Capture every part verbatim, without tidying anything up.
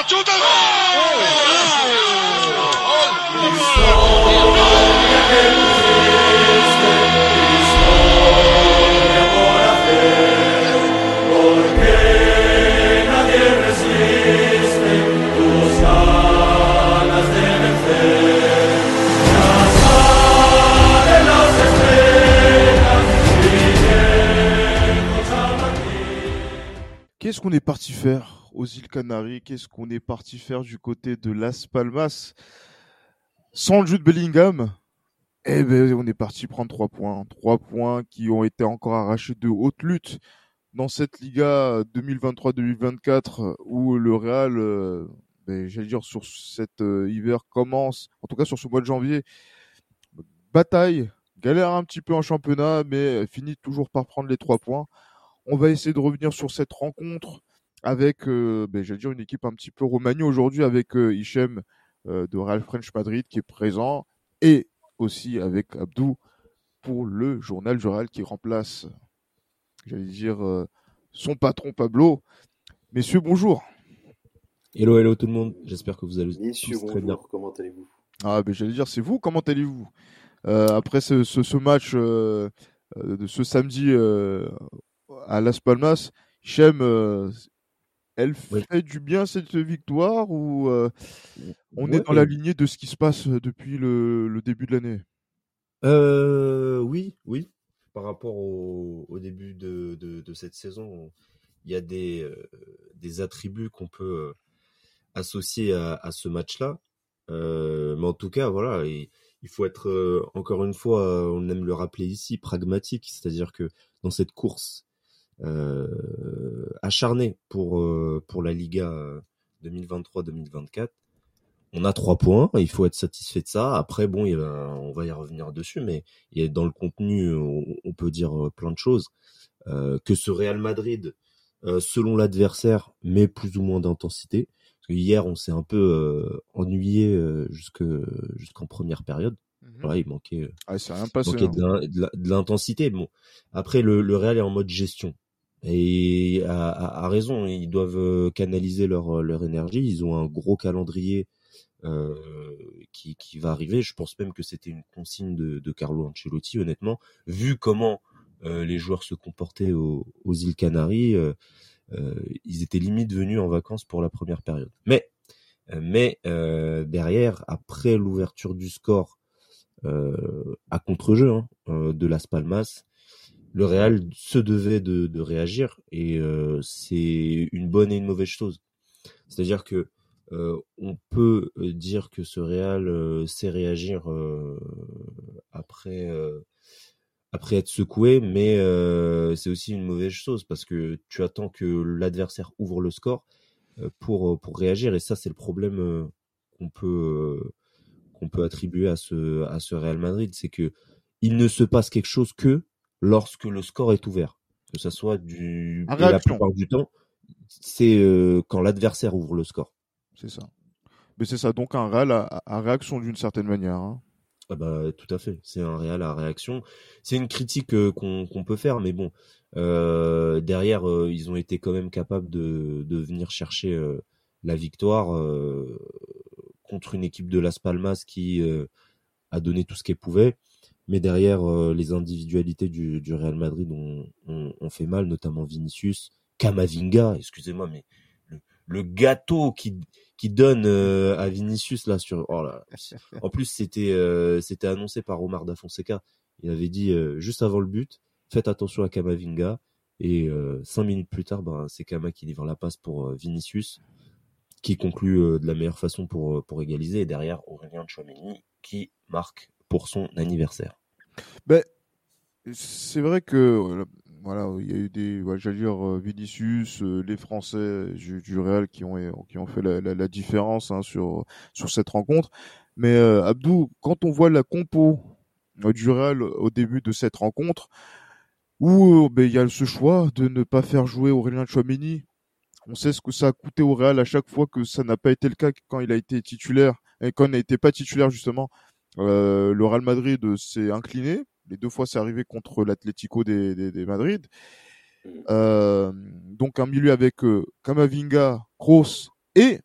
battuta! Qu'est-ce qu'on est parti faire aux îles Canaries? Qu'est-ce qu'on est parti faire du côté de Las Palmas sans le Jude Bellingham? Eh ben, on est parti prendre trois points. Trois points qui ont été encore arrachés de haute lutte dans cette Liga deux mille vingt-trois deux mille vingt-quatre où le Real, euh, ben, j'allais dire sur cet euh, hiver commence, en tout cas sur ce mois de janvier, bataille, galère un petit peu en championnat, mais finit toujours par prendre les trois points. On va essayer de revenir sur cette rencontre avec, euh, ben, j'allais dire, une équipe un petit peu remaniée aujourd'hui avec euh, Hichem euh, de Real French Madrid qui est présent et aussi avec Abdou pour le journal du Real qui remplace, j'allais dire, euh, son patron Pablo. Messieurs, bonjour. Hello, hello tout le monde. J'espère que vous allez Messieurs, tous très bien. Comment allez-vous? Ah, ben, j'allais dire, c'est vous. Comment allez-vous euh, après ce, ce, ce match euh, de ce samedi euh, à Las Palmas? Hichem, euh, elle Oui. fait du bien cette victoire ou euh, on Ouais, est dans la lignée de ce qui se passe depuis le, le début de l'année? euh, oui, oui. Par rapport au, au début de, de, de cette saison, il y a des, euh, des attributs qu'on peut euh, associer à, à ce match-là. Euh, mais en tout cas, voilà, et, il faut être, euh, encore une fois, euh, on aime le rappeler ici, pragmatique. C'est-à-dire que dans cette course euh, acharnée pour, euh, pour la Liga deux mille vingt-trois deux mille vingt-quatre, on a trois points, il faut être satisfait de ça. Après, bon, il y a, on va y revenir dessus, mais il y a, dans le contenu, on, on peut dire plein de choses. Euh, que ce Real Madrid, euh, selon l'adversaire, met plus ou moins d'intensité. Parce que hier, on s'est un peu euh, ennuyé euh, jusque, jusqu'en première période. Mhm. Voilà, il manquait, Ah, c'est rien passé. manquait Hein. de, l'in- de la- de l'intensité. Bon, après, le, le Real est en mode gestion. Et a, a, a raison, ils doivent euh, canaliser leur, leur énergie. Ils ont un gros calendrier euh, qui, qui va arriver. Je pense même que c'était une consigne de, de Carlo Ancelotti, honnêtement, vu comment euh, les joueurs se comportaient aux, aux îles Canaries. Euh, euh, ils étaient limite venus en vacances pour la première période. Mais, euh, mais euh, derrière, après l'ouverture du score euh, à contre-jeu hein, euh, de Las Palmas, le Real se devait de, de réagir et euh, c'est une bonne et une mauvaise chose. C'est-à-dire que euh, on peut dire que ce Real euh, sait réagir euh, après euh, après être secoué, mais euh, c'est aussi une mauvaise chose parce que tu attends que l'adversaire ouvre le score euh, pour pour réagir et ça c'est le problème euh, qu'on peut euh, qu'on peut attribuer à ce à ce Real Madrid, c'est que il ne se passe quelque chose que lorsque le score est ouvert, que ça soit du En et la réaction. plupart du temps c'est euh, quand l'adversaire ouvre le score. C'est ça. Mais c'est ça, donc un Real à, à réaction d'une certaine manière. Hein. Ah bah tout à fait, c'est un Real à réaction. C'est une critique euh, qu'on, qu'on peut faire, mais bon, euh, derrière euh, ils ont été quand même capables de, de venir chercher euh, la victoire euh, contre une équipe de Las Palmas qui euh, a donné tout ce qu'elle pouvait. Mais derrière euh, les individualités du, du Real Madrid ont, ont, ont fait mal, notamment Vinicius, Camavinga, excusez-moi, mais le, le gâteau qui qui donne euh, à Vinicius là sur oh là. En plus c'était euh, c'était annoncé par Omar Da Fonseca. Il avait dit euh, juste avant le but, faites attention à Camavinga et euh, cinq minutes plus tard, ben c'est Cama qui livre la passe pour euh, Vinicius, qui conclut euh, de la meilleure façon pour pour égaliser et derrière Aurélien Tchouaméni qui marque pour son anniversaire. Ben, c'est vrai que voilà, il y a eu des, ouais, j'allais dire euh, Vinicius, euh, les Français du, du Real qui ont qui ont fait la, la, la différence hein, sur sur cette rencontre. Mais euh, Abdou, quand on voit la compo euh, du Real au début de cette rencontre, où euh, ben, il y a ce choix de ne pas faire jouer Aurélien Tchouaméni. On sait ce que ça a coûté au Real à chaque fois que ça n'a pas été le cas quand il a été titulaire et quand il n'était pas titulaire justement. Euh, le Real Madrid euh, s'est incliné. Les deux fois, c'est arrivé contre l'Atlético des, des, des Madrid. Euh, donc un milieu avec euh, Camavinga, Kroos et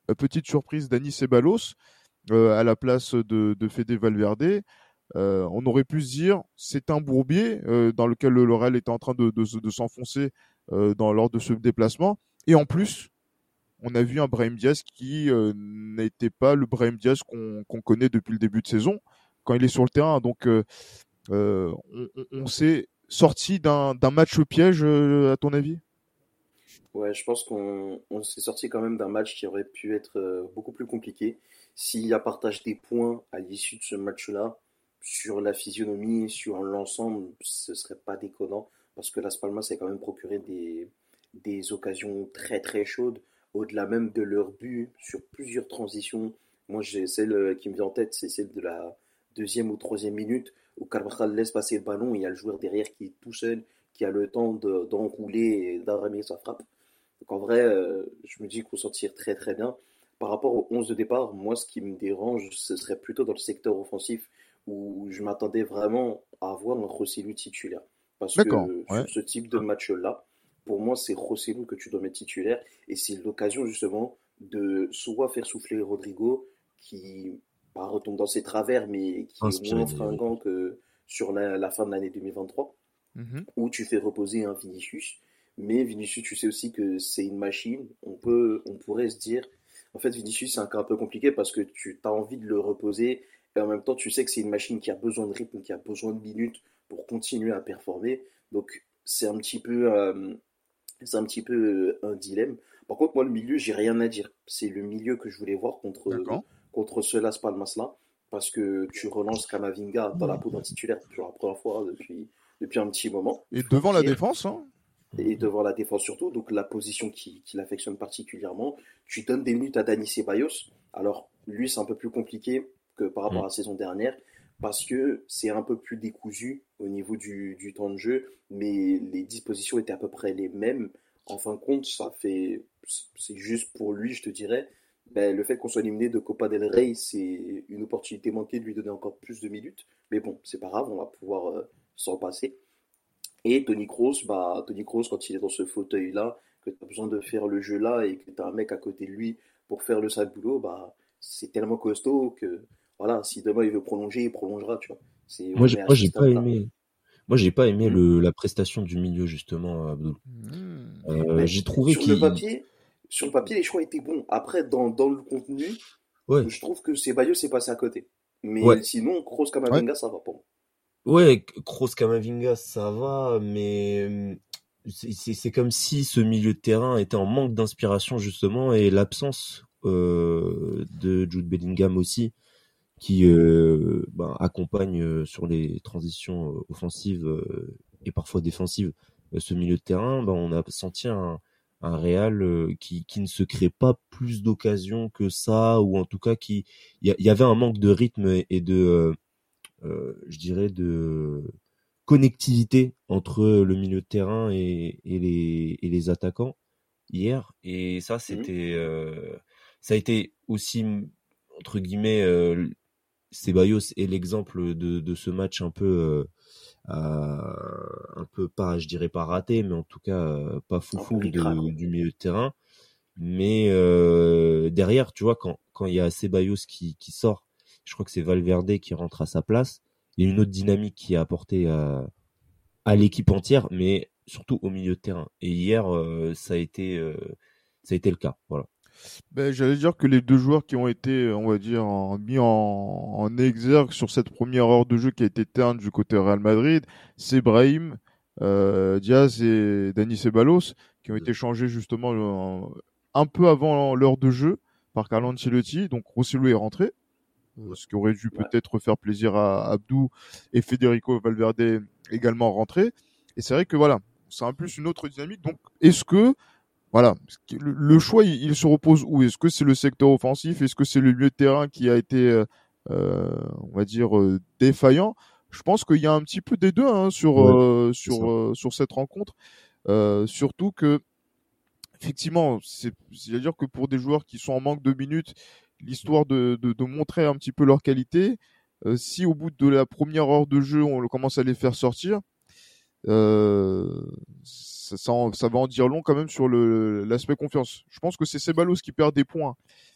euh, petite surprise Dani Ceballos euh, à la place de, de Fede Valverde. Euh, on aurait pu se dire c'est un bourbier euh, dans lequel le Real était en train de, de, de s'enfoncer euh, dans, lors de ce déplacement. Et en plus, on a vu un Brahim Diaz qui euh, n'était pas le Brahim Diaz qu'on qu'on connaît depuis le début de saison quand il est sur le terrain. Donc, euh, euh, on, on, on s'est sorti d'un d'un match piège, euh, à ton avis? Ouais, je pense qu'on on s'est sorti quand même d'un match qui aurait pu être euh, beaucoup plus compliqué. S'il y a partage des points à l'issue de ce match-là, sur la physionomie, sur l'ensemble, ce serait pas déconnant parce que Las Palmas s'est quand même procuré des, des occasions très très chaudes, au-delà même de leur but, sur plusieurs transitions. Moi, j'ai celle euh, qui me vient en tête, c'est celle de la deuxième ou troisième minute où Carvajal laisse passer le ballon et il y a le joueur derrière qui est tout seul, qui a le temps de- d'enrouler et d'arramer sa frappe. Donc en vrai, euh, je me dis qu'on s'en tire très très bien. Par rapport au onze de départ, moi ce qui me dérange, ce serait plutôt dans le secteur offensif où je m'attendais vraiment à avoir un Rosselló titulaire. Parce D'accord, que ouais. sur ce type de match-là, pour moi c'est Rosselló que tu dois mettre titulaire et c'est l'occasion justement de soit faire souffler Rodrigo qui bah, retombe dans ses travers mais qui est Inspiré moins des. fringant que sur la, la fin de l'année deux mille vingt-trois Mhm. où tu fais reposer un Vinicius. Mais Vinicius, tu sais aussi que c'est une machine. On peut, on pourrait se dire, en fait, Vinicius, c'est un cas un peu compliqué parce que tu as envie de le reposer et en même temps, tu sais que c'est une machine qui a besoin de rythme, qui a besoin de minutes pour continuer à performer. Donc, c'est un petit peu, euh, c'est un petit peu euh, un dilemme. Par contre, moi, le milieu, j'ai rien à dire. C'est le milieu que je voulais voir contre, D'accord. contre ce Las Palmas-là. Parce que tu relances Kamavinga dans la peau d'un titulaire pour la première fois depuis, depuis un petit moment, il Et faut le devant la dire, défense, hein? et devant la défense surtout, donc la position qui, qui l'affectionne particulièrement. Tu donnes des minutes à Dani Ceballos. Alors, lui, c'est un peu plus compliqué que par rapport Mm. à la saison dernière, parce que c'est un peu plus décousu au niveau du, du temps de jeu, mais les dispositions étaient à peu près les mêmes. En fin de compte, ça fait, c'est juste pour lui, je te dirais, ben, le fait qu'on soit éliminé de Copa del Rey, c'est une opportunité manquée de lui donner encore plus de minutes. Mais bon, c'est pas grave, on va pouvoir euh, s'en passer. Et Tony Kroos, bah, Tony Kroos, quand il est dans ce fauteuil-là, que tu as besoin de faire le jeu-là et que tu as un mec à côté de lui pour faire le sale boulot, bah, c'est tellement costaud que, voilà, si demain il veut prolonger, il prolongera, tu vois. C'est, Moi, on j'ai, est à moi, ce j'ai pas stade-là. aimé. Moi, j'ai pas aimé Hmm. le, la prestation du milieu justement, Abdul. Hmm. Euh, Mais j'ai trouvé sur le qu'il. papier, sur le papier, les choix étaient bons. Après, dans, dans le contenu, Ouais, je trouve que Ceballos s'est passé à côté. ouais, Mais sinon, Kroos Ouais. Kamavinga, ça va pour moi. ouais. Kroos Kamavinga, ça va, mais hum, c'est c'est- c'est comme si ce milieu de terrain était en manque d'inspiration justement et l'absence euh, de Jude Bellingham aussi, qui euh, ben, accompagne euh, sur les transitions euh, offensives euh, et parfois défensives euh, ce milieu de terrain, ben, on a senti un, un Real euh, qui, qui ne se crée pas plus d'occasions que ça, ou en tout cas qui il y, y, avait un manque de rythme et de euh, euh, je dirais de connectivité entre le milieu de terrain et, et, les, et les attaquants hier, et ça Hmm. c'était euh, ça a été aussi entre guillemets euh, Ceballos est l'exemple de, de ce match un peu, euh, euh, un peu pas, je dirais pas raté, mais en tout cas euh, pas Un peu foufou ric-rac, de, ouais. du milieu de terrain. Mais euh, derrière, tu vois, quand quand il y a Ceballos qui, qui sort, je crois que c'est Valverde qui rentre à sa place. Il y a une autre dynamique qui est apportée à, à l'équipe entière, mais surtout au milieu de terrain. Et hier, euh, ça a été, euh, ça a été le cas. Voilà. Ben, j'allais dire que les deux joueurs qui ont été, on va dire, en- mis en, en exergue sur cette première heure de jeu qui a été terne du côté Real Madrid, c'est Brahim, euh, Diaz et Dani Ceballos, qui ont été changés justement euh, un peu avant l'heure de jeu par Carlo Ancelotti. Donc Rosselló est rentré, euh, ce qui aurait dû Ouais. peut-être faire plaisir à Abdou, et Federico Valverde également rentré. Et c'est vrai que voilà, c'est un plus une autre dynamique. Donc est-ce que voilà, le, le choix, il, il se repose où? Est-ce que c'est le secteur offensif? Est-ce que c'est le milieu de terrain qui a été, euh, euh, on va dire, euh, défaillant? Je pense qu'il y a un petit peu des deux hein, sur Ouais, euh, c'est ça. sur euh, sur cette rencontre. Euh, surtout que effectivement, c'est c'est à dire que pour des joueurs qui sont en manque de minutes, l'histoire de, de de montrer un petit peu leur qualité, euh, si au bout de la première heure de jeu, on commence à les faire sortir, euh, ça, ça, en- ça va en dire long quand même sur le l'aspect confiance. Je pense que c'est Ceballos qui perd des points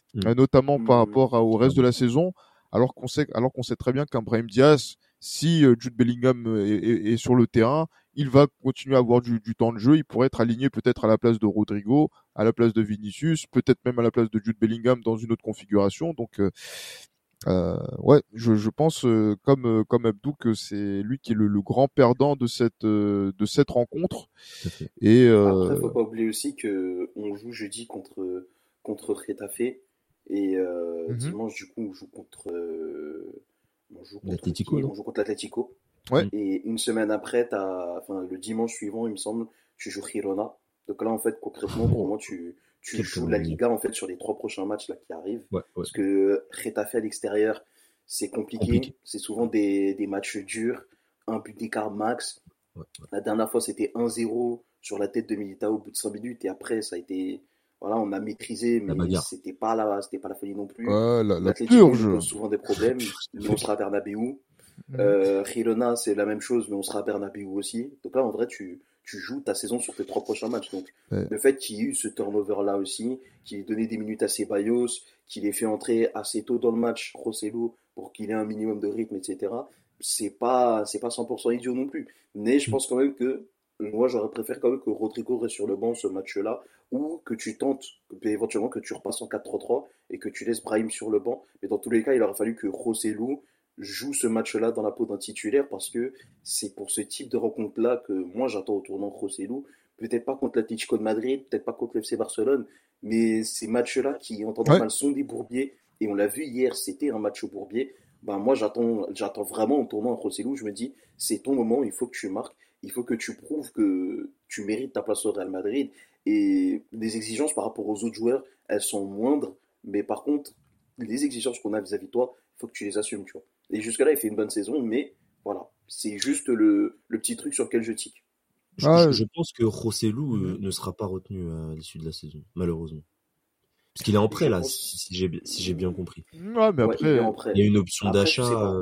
Mm. euh, notamment par Mm. rapport à- au reste de la saison, alors qu'on sait, alors qu'on sait très bien qu'un Brahim Diaz, si euh, Jude Bellingham est, est- est sur le terrain, il va continuer à avoir du, du temps de jeu. Il pourrait être aligné peut-être à la place de Rodrigo, à la place de Vinicius, peut-être même à la place de Jude Bellingham dans une autre configuration. Donc, euh, euh, ouais, je, je pense euh, comme euh, comme Abdou que c'est lui qui est le, le grand perdant de cette euh, de cette rencontre. Tout à fait. Et Après, euh, faut pas oublier aussi que on joue jeudi contre contre Getafe et euh, mhm. dimanche du coup on joue contre euh, on joue contre L'Atlético, qui? non? On joue contre l'Atlético. Ouais. Mm. Et une semaine après, t'as, enfin le dimanche suivant, il me semble, tu joues Girona. Donc là, en fait, concrètement, pour moi, tu tu Quel joues la calendrier. Liga en fait sur les trois prochains matchs là qui arrivent. Ouais, ouais. Parce que Getafe à l'extérieur, c'est compliqué. Compliqué. C'est souvent des des matchs durs, un but d'écart max. Ouais, ouais. La dernière fois, c'était un zéro sur la tête de Militao au bout de cinq minutes. Et après, ça a été, voilà, on a maîtrisé, La mais bagarre. c'était pas la, c'était pas la folie non plus. Ouais, la, la L'Atlético nous purge. pose souvent des problèmes, mais on sera à Bernabéu. Mhm. Euh, Girona, c'est la même chose, mais on sera à Bernabéu aussi. Donc là, en vrai, tu, tu joues ta saison sur tes trois prochains matchs. Donc, Ouais. le fait qu'il y ait eu ce turnover-là aussi, qu'il ait donné des minutes à Ceballos, qu'il ait fait entrer assez tôt dans le match Rosselló pour qu'il ait un minimum de rythme, et cetera, c'est pas, c'est pas cent pour cent idiot non plus. Mais je Mm. pense quand même que, moi, j'aurais préféré quand même que Rodrigo reste sur le banc ce match-là, ou que tu tentes, éventuellement que tu repasses en quatre trois trois et que tu laisses Brahim sur le banc. Mais dans tous les cas, il aurait fallu que Rosselló joue ce match-là dans la peau d'un titulaire parce que c'est pour ce type de rencontre-là que moi j'attends au tournant Rosselló. Peut-être pas contre l'Atlético de Madrid, peut-être pas contre le F C Barcelone, mais ces matchs-là qui en temps Ouais. normal sont des bourbiers, et on l'a vu hier, c'était un match au bourbier. Ben moi j'attends, j'attends vraiment au tournant Rosselló. Je me dis, c'est ton moment, il faut que tu marques, il faut que tu prouves que tu mérites ta place au Real Madrid. Et les exigences par rapport aux autres joueurs, elles sont moindres, mais par contre, les exigences qu'on a vis-à-vis de toi, il faut que tu les assumes, tu vois. Et jusque-là, il fait une bonne saison, mais voilà, c'est juste le, le petit truc sur lequel je tique. Je, Ah, je- je pense que Rosselló euh, mhm. ne sera pas retenu à l'issue de la saison, malheureusement. Parce qu'il est en prêt, Je là, pense. si, si j'ai, si j'ai bien compris. Ouais, mais Ouais, il est après, en Il prêt. y a une option Après, je sais d'achat. pas. euh,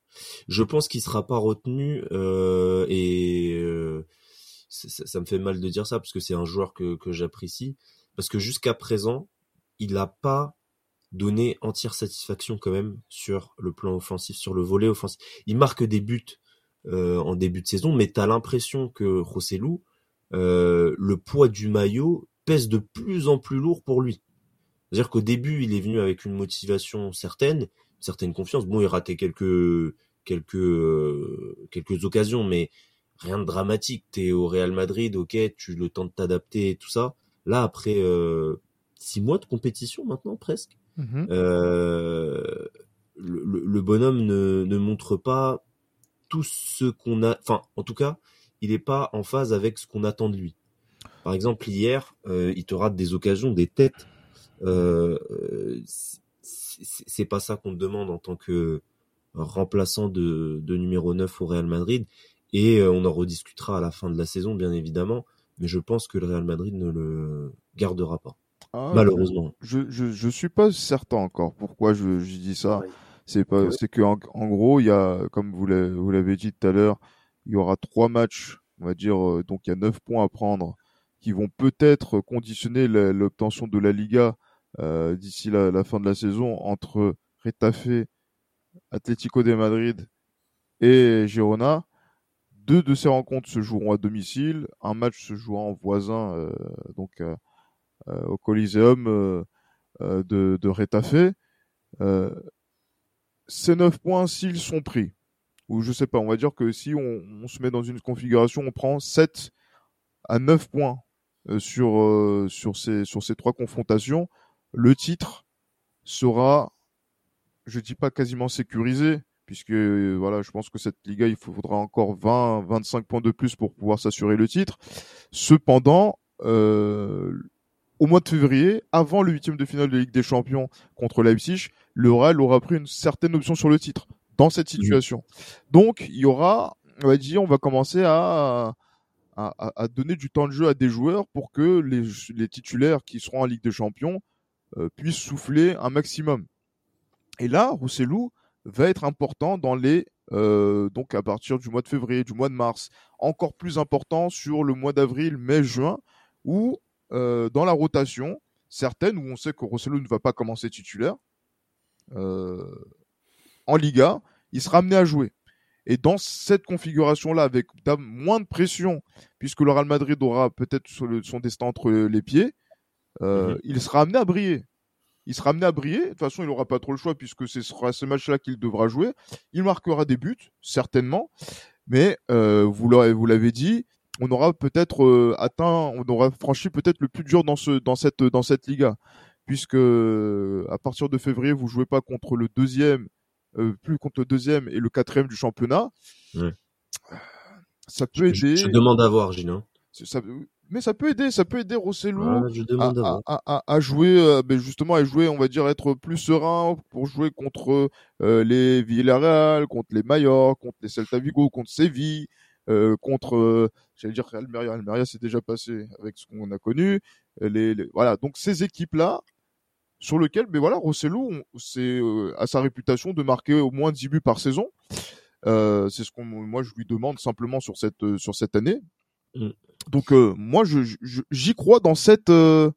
Je pense qu'il sera pas retenu euh, et euh, ça, ça- ça me fait mal de dire ça parce que c'est un joueur que, que j'apprécie. Parce que jusqu'à présent, il n'a pas donné entière satisfaction quand même sur le plan offensif, sur le volet offensif. Il marque des buts euh, en début de saison, mais tu as l'impression que Rosselló, euh, le poids du maillot pèse de plus en plus lourd pour lui. C'est-à-dire qu'au début, il est venu avec une motivation certaine, une certaine confiance. Bon, il ratait quelques quelques euh, quelques occasions, mais rien de dramatique. T'es au Real Madrid, ok, tu as le temps de t'adapter et tout ça. Là, après euh, six mois de compétition maintenant, presque, mhm. euh, le, le- le bonhomme ne, ne montre pas tout ce qu'on a. Enfin, en tout cas, il n'est pas en phase avec ce qu'on attend de lui. Par exemple, hier, euh, il te rate des occasions, des têtes. Euh, euh, c'est c'est pas ça qu'on te demande en tant que remplaçant de, de numéro neuf au Real Madrid. Et euh, on en rediscutera à la fin de la saison, bien évidemment. Mais je pense que le Real Madrid ne le gardera pas. Ah, Malheureusement. je, je, je suis pas certain encore. Pourquoi je, je dis ça? Pareil. C'est pas, Ouais. c'est que en, en gros, il y a, comme vous l'avez, vous l'avez dit tout à l'heure, il y aura trois matchs, on va dire, euh, donc il y a neuf points à prendre, qui vont peut-être conditionner la- l'obtention de la Liga euh, d'ici la, la fin de la saison entre Retafe, Atlético de Madrid et Girona. Deux de ces rencontres se joueront à domicile, un match se jouera en voisin, euh, donc euh, euh, au Coliseum euh, euh, de, de Retafe. Euh, ces neuf points, s'ils sont pris, ou je sais pas, on va dire que si on, on se met dans une configuration, on prend sept à neuf points euh, sur, euh, sur, ces, sur ces trois confrontations, le titre sera, je dis pas quasiment sécurisé, puisque euh, voilà, je pense que cette Liga, il faudra encore vingt, vingt-cinq points de plus pour pouvoir s'assurer le titre. Cependant, euh, au mois de février, avant le huitième de finale de Ligue des Champions contre Leipzig, le Real aura pris une certaine option sur le titre dans cette situation. Donc, il y aura, on va dire, on va commencer à, à, à donner du temps de jeu à des joueurs pour que les, les titulaires qui seront en Ligue des Champions euh, puissent souffler un maximum. Et là, Rosselló va être important dans les euh, donc à partir du mois de février, du mois de mars, encore plus important sur le mois d'avril, mai, juin, où euh, dans la rotation, certaines où on sait que Rosselló ne va pas commencer titulaire euh, en Liga, il sera amené à jouer. Et dans cette configuration-là, avec moins de pression, puisque le Real Madrid aura peut-être son destin entre les pieds, euh, mm-hmm. il sera amené à briller. Il sera amené à briller. De toute façon, il n'aura pas trop le choix, puisque ce sera ce match-là qu'il devra jouer. Il marquera des buts, certainement. Mais euh, vous l'avez, vous l'avez dit, on aura peut-être euh, atteint, on aura franchi peut-être le plus dur dans, ce, dans, cette, dans cette Liga. Puisque à partir de février, vous ne jouez pas contre le deuxième, Euh, plus contre le deuxième et le quatrième du championnat. Ouais. Ça peut je, aider. Je demande à voir, Gilles. Ça, mais ça peut aider, ça peut aider Rosselló ouais, à, à, à, à, à jouer, euh, ben justement à jouer, on va dire être plus serein pour jouer contre euh, les Villarreal, contre les Mallorca, contre les Celta Vigo, contre Séville, euh, contre, euh, j'allais dire Almeria, Almeria c'est déjà passé avec ce qu'on a connu. Les, les, voilà, donc ces équipes-là, sur lequel, mais voilà, Rosselló, c'est euh, à sa réputation de marquer au moins dix buts par saison. Euh, c'est ce qu'on, moi, je lui demande simplement sur cette euh, sur cette année. Mm. Donc, euh, moi, je, je, j'y crois dans cette euh,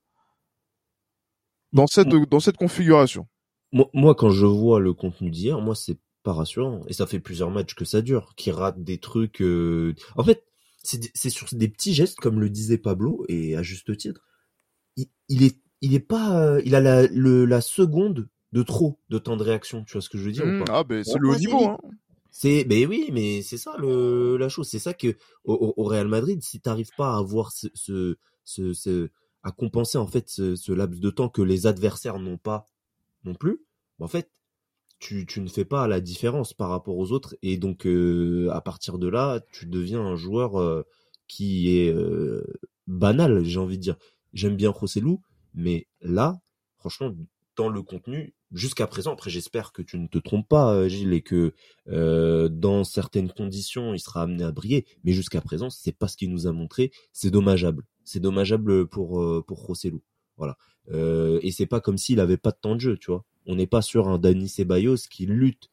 dans cette mm. dans cette configuration. Moi, moi, quand je vois le contenu d'hier, moi, c'est pas rassurant. Et ça fait plusieurs matchs que ça dure, qui rate des trucs. Euh... En fait, c'est, c'est sur des petits gestes, comme le disait Pablo, et à juste titre. Il, il est Il est pas, euh, il a la, le, la seconde de trop de temps de réaction. Tu vois ce que je veux dire mmh, ou pas? Ah ben c'est le haut niveau. Hein. C'est, ben oui, mais c'est ça le la chose. C'est ça que au, au Real Madrid, si t'arrives pas à avoir ce, ce, ce, ce, à compenser en fait ce, ce laps de temps que les adversaires n'ont pas non plus, en fait, tu, tu ne fais pas la différence par rapport aux autres et donc euh, à partir de là, tu deviens un joueur euh, qui est euh, banal, j'ai envie de dire. J'aime bien Rosselló. Mais là, franchement, dans le contenu, jusqu'à présent, après j'espère que tu ne te trompes pas, Gilles, et que euh, dans certaines conditions, il sera amené à briller. Mais jusqu'à présent, c'est pas ce qu'il nous a montré. C'est dommageable. C'est dommageable pour euh, pour Rosselló. Voilà. Euh, et c'est pas comme s'il avait pas de temps de jeu, tu vois. On n'est pas sur un Dani Ceballos qui lutte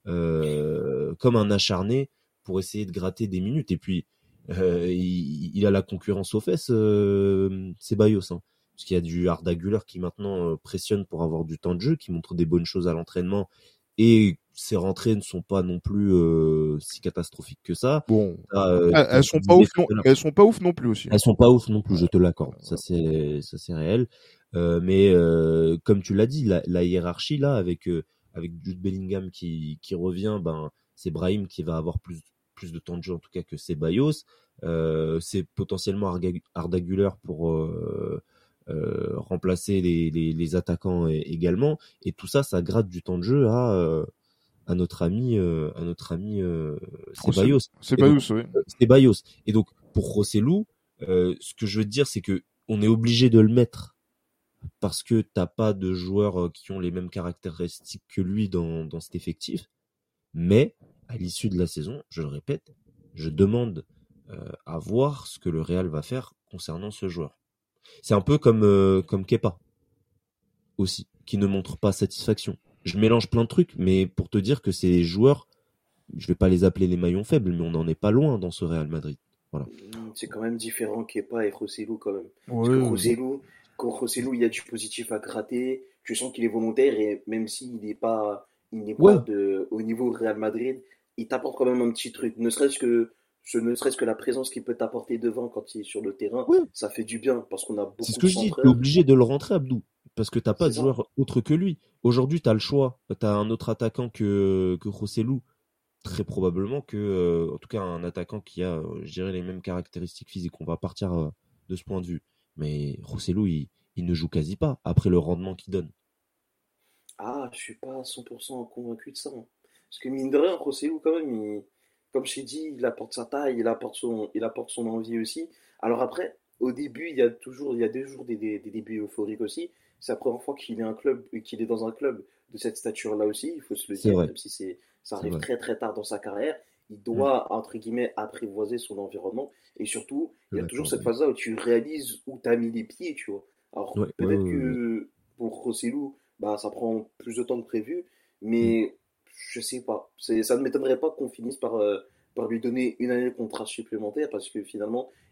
euh, comme un acharné pour essayer de gratter des minutes. Et puis, euh, il, il a la concurrence aux fesses, euh, Ceballos, hein. Parce qu'il y a du Arda Güler qui maintenant euh, pressionne pour avoir du temps de jeu, qui montre des bonnes choses à l'entraînement, et ses rentrées ne sont pas non plus euh, si catastrophiques que ça. Bon, euh, elles, elles sont pas ouf, non, elles sont pas ouf non plus aussi. Elles sont pas ouf non plus, je te l'accorde. Ça c'est, ça c'est réel. Euh, mais euh, comme tu l'as dit, la, la hiérarchie là, avec euh, avec Jude Bellingham qui qui revient, ben c'est Brahim qui va avoir plus plus de temps de jeu en tout cas que Ceballos. Euh, c'est potentiellement Arda Güler pour euh, Euh, remplacer les, les, les attaquants également, et tout ça, ça gratte du temps de jeu à euh, à notre ami euh, à notre ami euh, Ceballos. Ceballos, oui. Euh, Ceballos. Et donc pour Rosselló, euh, ce que je veux te dire, c'est que on est obligé de le mettre parce que t'as pas de joueurs qui ont les mêmes caractéristiques que lui dans dans cet effectif. Mais à l'issue de la saison, je le répète, je demande euh, à voir ce que le Real va faire concernant ce joueur. C'est un peu comme euh, comme Kepa aussi, qui ne montre pas satisfaction. Je mélange plein de trucs, mais pour te dire que ces joueurs, je vais pas les appeler les maillons faibles, mais on n'en est pas loin dans ce Real Madrid. Voilà. C'est quand même différent Kepa et Rosselló quand même. Ouais, Parce que Rosselló, quand Rosselló, il y a du positif à gratter, tu sens qu'il est volontaire et même s'il n'est pas, il n'est Ouais. pas de, au niveau Real Madrid, il t'apporte quand même un petit truc. Ne serait-ce que Ce ne serait-ce que la présence qu'il peut t'apporter devant quand il est sur le terrain, ouais. Ça fait du bien parce qu'on a beaucoup de C'est ce que de je dis, t'es obligé de le rentrer, Abdou, parce que t'as pas c'est de joueur ça. Autre que lui. Aujourd'hui, t'as le choix, t'as un autre attaquant que que Rosselló, très probablement que, euh, en tout cas, un attaquant qui a, euh, je dirais, les mêmes caractéristiques physiques. On va partir euh, de ce point de vue. Mais Rosselló, il, il ne joue quasi pas après le rendement qu'il donne. Ah, je suis pas à cent pour cent convaincu de ça. Hein. Parce que mine de rien, Rosselló, quand même, il... comme je t'ai dit, il apporte sa taille, il apporte son, il apporte son envie aussi. Alors après, au début, il y a toujours, il y a toujours des, des, des débuts euphoriques aussi. C'est la première fois qu'il est un club, qu'il est dans un club de cette stature-là aussi. Il faut se le C'est dire, vrai. même si c'est, ça C'est arrive vrai. très très tard dans sa carrière. Il doit, mmh. entre guillemets, apprivoiser son environnement. Et surtout, il y a D'accord, toujours cette oui. phase-là où tu réalises où tu as mis les pieds, tu vois. Alors Ouais, peut-être ouais, ouais, ouais. que pour Rosselló, bah, ça prend plus de temps que prévu. Mais mmh. je sais pas. C'est, ça ne m'étonnerait pas qu'on finisse par, euh, par lui donner une année de contrat supplémentaire parce que finalement,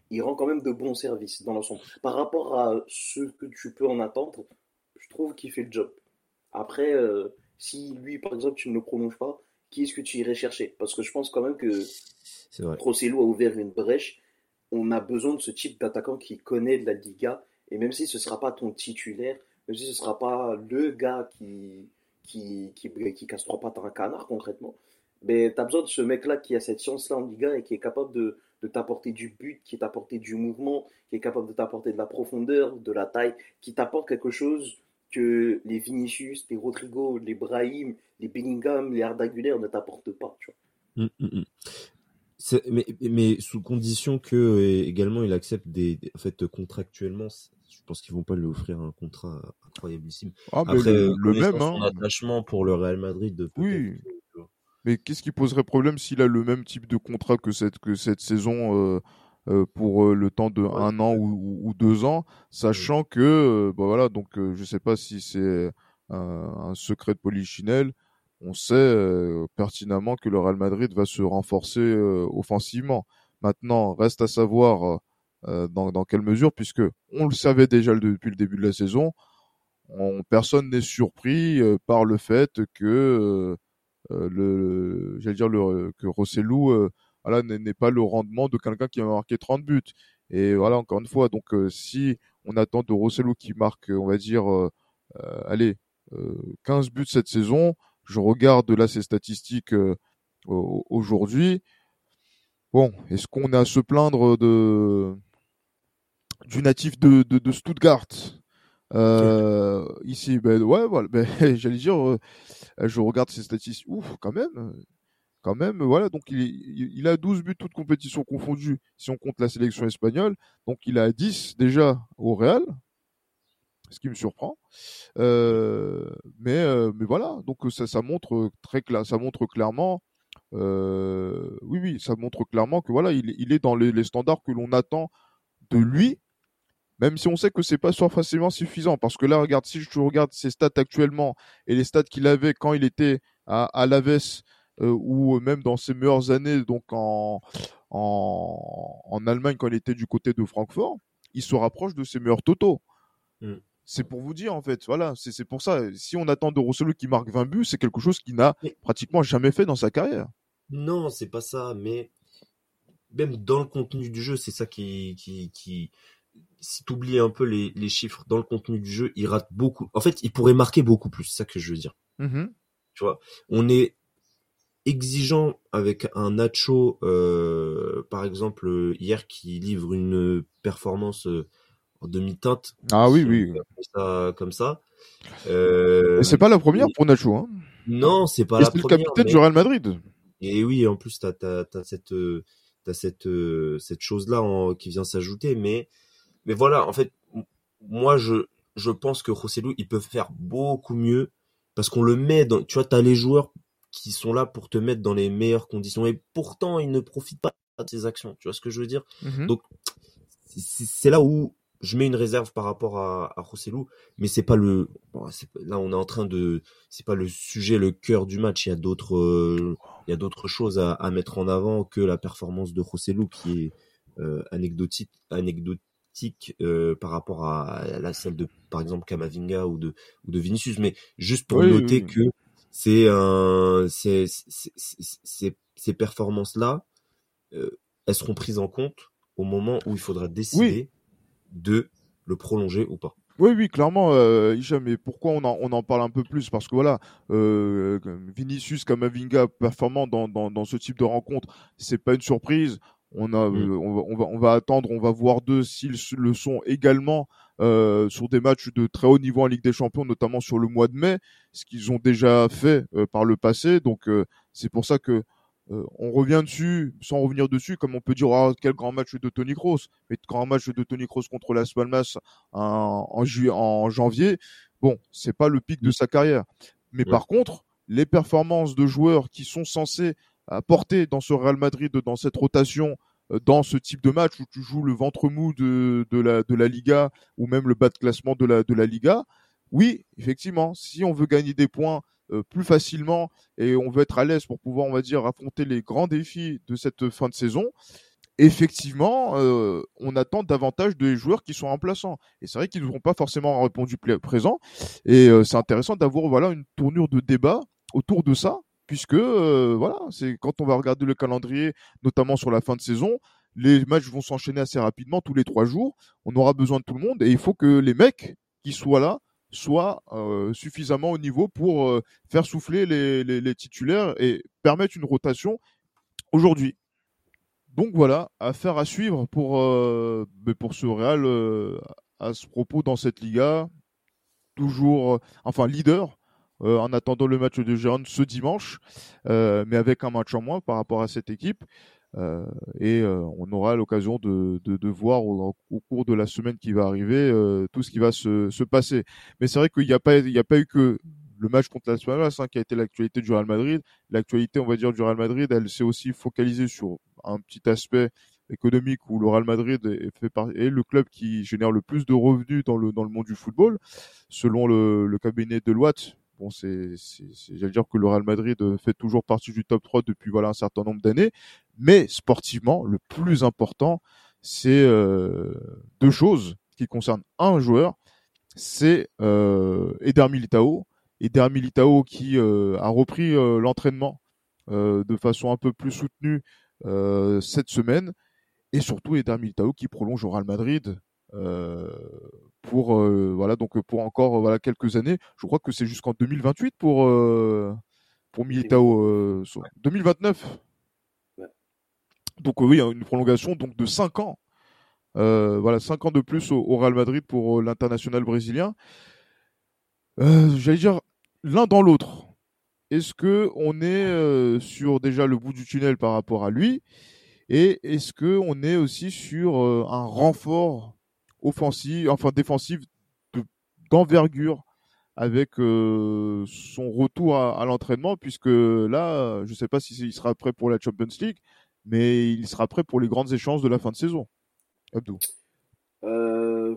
il rend quand même de bons services dans l'ensemble. Par rapport à ce que tu peux en attendre, je trouve qu'il fait le job. Après, euh, si lui, par exemple, tu ne le prolonges pas, qui est-ce que tu irais chercher? Parce que je pense quand même que C'est vrai. Rosselló a ouvert une brèche. On a besoin de ce type d'attaquant qui connaît de la Liga. Et même si ce ne sera pas ton titulaire, même si ce ne sera pas le gars qui, qui, qui, qui casse trois pattes à un canard concrètement, mais tu as besoin de ce mec-là qui a cette science-là en Liga et qui est capable de, de t'apporter du but, qui t'apporter du mouvement, qui est capable de t'apporter de la profondeur, de la taille, qui t'apporte quelque chose que les Vinicius, les Rodrigo, les Brahim, les Bellingham, les Arda Güler ne t'apportent pas. Tu vois. Mm, mm, mm. C'est, mais, mais sous condition que euh, également il accepte des, des- en fait contractuellement, c'est- je pense qu'ils vont pas lui offrir un contrat incroyablissime. Ah, mais Après, le, euh, le même, connaissant son hein. attachement pour le Real Madrid, de peut-être. Oui. que, tu vois. Mais qu'est-ce qui poserait problème s'il a le même type de contrat que cette, que cette saison euh, euh, pour euh, le temps de Ouais, un an ou, ou, ou deux ans, ouais. sachant que, euh, bah voilà, donc euh, je sais pas si c'est un, un secret de polichinelle, on sait euh, pertinemment que le Real Madrid va se renforcer euh, offensivement. Maintenant, reste à savoir euh, dans, dans quelle mesure, puisque on le savait déjà depuis le début de la saison, on, personne n'est surpris euh, par le fait que euh, euh, le, j'allais dire le, que Rosselló euh, voilà, n'est n'est pas le rendement de quelqu'un qui a marqué trente buts. Et voilà, encore une fois, donc euh, si on attend de Rosselló qui marque, on va dire, euh, euh, allez, euh, quinze buts cette saison, je regarde là ses statistiques euh, aujourd'hui. Bon, est-ce qu'on a à se plaindre de du natif de, de, de Stuttgart euh, ici? Ben ouais, voilà, ben, j'allais dire, euh, je regarde ses statistiques, ouf, quand même. Quand même, voilà, donc il, il, il a douze buts toutes compétitions confondues si on compte la sélection espagnole. Donc il a dix déjà au Real, ce qui me surprend. Euh, mais, euh, mais voilà, donc ça, ça montre très cla- ça montre clairement, euh, oui, oui, ça montre clairement que voilà, il, il est dans les, les standards que l'on attend de lui, même si on sait que c'est pas forcément suffisant. Parce que là, regarde, si je regarde ses stats actuellement et les stats qu'il avait quand il était à, à l'Aves euh, ou même dans ses meilleures années, donc en, en, en Allemagne quand il était du côté de Francfort, il se rapproche de ses meilleurs totaux. Mm. C'est pour vous dire en fait, voilà, c'est c'est pour ça. Si on attend de Rosselló qui marque vingt buts, c'est quelque chose qu'il n'a Mais pratiquement jamais fait dans sa carrière. non, c'est pas ça. Mais même dans le contenu du jeu, c'est ça qui, qui, qui, si tu oublies un peu les, les chiffres dans le contenu du jeu, il rate beaucoup. En fait, il pourrait marquer beaucoup plus. C'est ça que je veux dire. Mm-hmm. Tu vois, on est exigeant avec un Nacho, euh, par exemple, euh, hier qui livre une performance euh, en demi-teinte, Ah oui, si on oui. peut appeler ça comme ça. Et c'est Euh, pas la première et pour Nacho, hein. non, c'est pas Et la c'est le première, capitaine du mais Real Madrid. et oui, en plus t'as t'as t'as cette euh, t'as cette euh, cette chose-là en- qui vient s'ajouter, mais mais voilà, en fait, m- moi je je pense que Rosselló il peut faire beaucoup mieux parce qu'on le met dans, tu vois, t'as les joueurs qui sont là pour te mettre dans les meilleures conditions et pourtant ils ne profitent pas de ses actions, tu vois ce que je veux dire? Mm-hmm. Donc c'est c'est là où je mets une réserve par rapport à, à Rosselló, mais c'est pas le bon, c'est- là on est en train de c'est pas le sujet, le cœur du match. Il y a d'autres euh, il y a d'autres choses à, à mettre en avant que la performance de Rosselló qui est euh, anecdotique anecdotique euh, par rapport à, à la celle de par exemple Camavinga ou de ou de Vinicius, mais juste pour Oui, noter oui. que c'est un c'est c'est- c'est- c'est- ces performances là elles seront prises en compte au moment où il faudra Oui, décider de le prolonger ou pas. oui, oui, clairement, euh, Hicham, mais pourquoi on en, on en parle un peu plus? Parce que voilà, euh, Vinicius Camavinga performant dans, dans, dans ce type de rencontre, c'est pas une surprise. On a, Mm. euh, on va, on va, on va attendre, on va voir d'eux s'ils le sont également euh, sur des matchs de très haut niveau en Ligue des Champions, notamment sur le mois de mai, ce qu'ils ont déjà fait euh, par le passé. Donc euh, c'est pour ça que euh, on revient dessus, sans revenir dessus, comme on peut dire, ah, quel grand match de Toni Kroos. Mais grand match de Toni Kroos contre Las Palmas en, en, ju- en janvier, bon, c'est pas le pic de Mm. sa carrière. Mais Ouais. par contre, les performances de joueurs qui sont censés apporter dans ce Real Madrid, dans cette rotation, euh, dans ce type de match où tu joues le ventre mou de, de, la, de la Liga ou même le bas de classement de la, de la Liga, oui, effectivement, si on veut gagner des points euh, plus facilement et on veut être à l'aise pour pouvoir, on va dire, affronter les grands défis de cette fin de saison, effectivement, euh, on attend davantage des joueurs qui sont remplaçants. Et c'est vrai qu'ils n'auront pas forcément répondu pl- présent. Et euh, c'est intéressant d'avoir voilà une tournure de débat autour de ça, puisque euh, voilà, c'est quand on va regarder le calendrier, notamment sur la fin de saison, les matchs vont s'enchaîner assez rapidement tous les trois jours. On aura besoin de tout le monde et il faut que les mecs qui soient là soient euh, suffisamment au niveau pour euh, faire souffler les, les, les titulaires et permettre une rotation aujourd'hui. Donc voilà, affaire à suivre pour, euh, mais pour ce Real euh, à ce propos dans cette Liga, toujours, euh, enfin leader, euh, en attendant le match de Gérone ce dimanche, euh, mais avec un match en moins par rapport à cette équipe. Euh, et euh, on aura l'occasion de, de, de voir au, au cours de la semaine qui va arriver euh, tout ce qui va se, se passer. Mais c'est vrai qu'il n'y a pas, il y a pas eu que le match contre Las Palmas hein, qui a été l'actualité du Real Madrid. L'actualité, on va dire, du Real Madrid, elle s'est aussi focalisée sur un petit aspect économique où le Real Madrid est, fait par, est le club qui génère le plus de revenus dans le, dans le monde du football, selon le, le cabinet Deloitte. Bon, c'est, c'est, c'est, j'allais dire que le Real Madrid fait toujours partie du top trois depuis voilà un certain nombre d'années. Mais sportivement, le plus important, c'est euh, deux choses qui concernent un joueur, c'est euh, Eder Militao. Eder Militao qui euh, a repris euh, l'entraînement euh, de façon un peu plus soutenue euh, cette semaine. Et surtout Eder Militao qui prolonge au Real Madrid euh, pour euh, voilà donc pour encore voilà quelques années. Je crois que c'est jusqu'en deux mille vingt-huit pour euh, pour Militao euh, deux mille vingt-neuf. Ouais. Donc euh, oui, une prolongation donc de cinq ans. Euh, voilà, cinq ans de plus au, au Real Madrid pour euh, l'international brésilien. Euh, j'allais dire l'un dans l'autre. Est-ce que on est euh, sur déjà le bout du tunnel par rapport à lui et est-ce que on est aussi sur euh, un renfort offensif, enfin défensif de, d'envergure avec euh, son retour à, à l'entraînement puisque là, je ne sais pas s'il sera prêt pour la Champions League, mais il sera prêt pour les grandes échéances de la fin de saison. Abdou. Euh,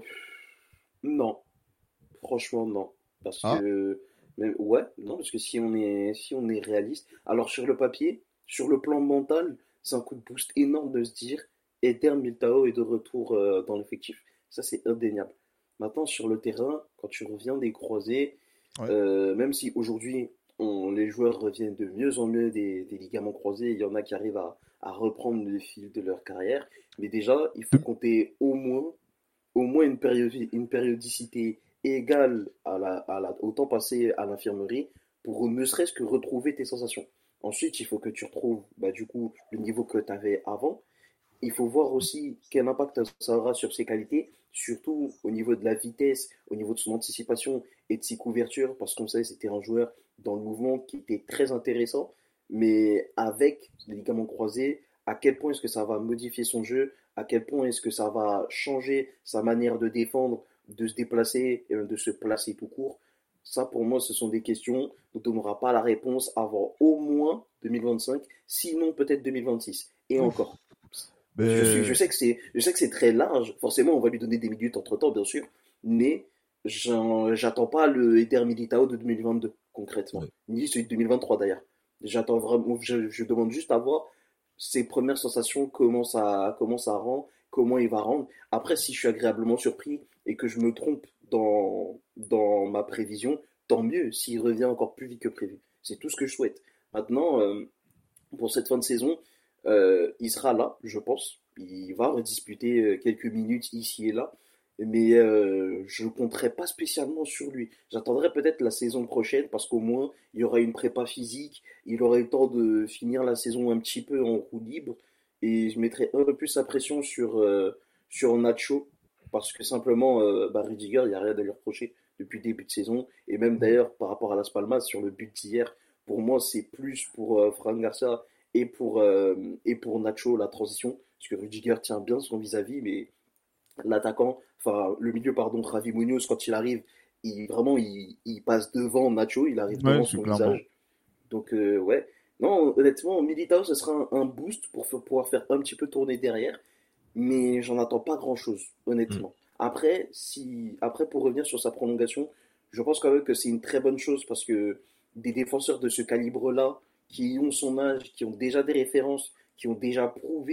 non, franchement non, parce Ah, que mais ouais, non, parce que si on est si on est réaliste, alors sur le papier, sur le plan mental, c'est un coup de boost énorme de se dire Eder Militao est de retour euh, dans l'effectif. Ça c'est indéniable. Maintenant sur le terrain, quand tu reviens des croisés, ouais. euh, même si aujourd'hui on- les joueurs reviennent de mieux en mieux des, des ligaments croisés, il y en a qui arrivent à, à reprendre le fil de leur carrière, mais déjà il faut De- compter au moins au moins une, périodi- une périodicité égale à la, à la, au temps passé à l'infirmerie pour ne serait-ce que retrouver tes sensations. Ensuite, il faut que tu retrouves bah, du coup le niveau que tu avais avant. Il faut voir aussi quel impact ça aura sur ses qualités, surtout au niveau de la vitesse, au niveau de son anticipation et de ses couvertures, parce qu'on sait que c'était un joueur dans le mouvement qui était très intéressant, mais avec les ligaments croisés, à quel point est-ce que ça va modifier son jeu, à quel point est-ce que ça va changer sa manière de défendre, de se déplacer et de se placer tout court. Ça, pour moi, ce sont des questions dont on n'aura pas la réponse avant au moins deux mille vingt-cinq, sinon peut-être deux mille vingt-six. Et Ouf. encore. Je, suis, je Ben, sais que c'est, je sais que c'est très large. Forcément, on va lui donner des minutes entre temps, bien sûr. Mais j'en- j'attends pas le Eder Militao de deux mille vingt-deux, concrètement. Ouais. Ni celui de deux mille vingt-trois, d'ailleurs. J'attends vraiment, je, je demande juste à voir ses premières sensations, comment ça, comment ça rend, comment il va rendre. Après, si je suis agréablement surpris et que je me trompe dans, dans ma prévision, tant mieux s'il revient encore plus vite que prévu. C'est tout ce que je souhaite. Maintenant, euh, pour cette fin de saison, euh, il sera là, je pense. Il va redisputer euh, quelques minutes ici et là. Mais euh, je ne compterai pas spécialement sur lui. J'attendrai peut-être la saison prochaine parce qu'au moins il y aura une prépa physique, il aura eu le temps de finir la saison un petit peu en roue libre et je mettrai un peu plus la pression sur, euh, sur Nacho parce que simplement euh, bah, Rudiger, il n'y a rien à lui reprocher depuis le début de saison et même d'ailleurs par rapport à Las Palmas sur le but d'hier, pour moi c'est plus pour euh, Fran Garcia et pour, euh, et pour Nacho la transition parce que Rudiger tient bien son vis-à-vis mais l'attaquant, enfin le milieu, pardon, Javi Munoz, quand il arrive, il, vraiment il, il passe devant Nacho, il arrive ouais, devant c'est son clairement. visage. Donc euh, ouais, non, honnêtement, Militao, ce sera un, un boost pour f- pouvoir faire un petit peu tourner derrière, mais j'en attends pas grand-chose, Mm. honnêtement. Après, si, après, pour revenir sur sa prolongation, je pense quand même que c'est une très bonne chose parce que des défenseurs de ce calibre-là, qui ont son âge, qui ont déjà des références, qui ont déjà prouvé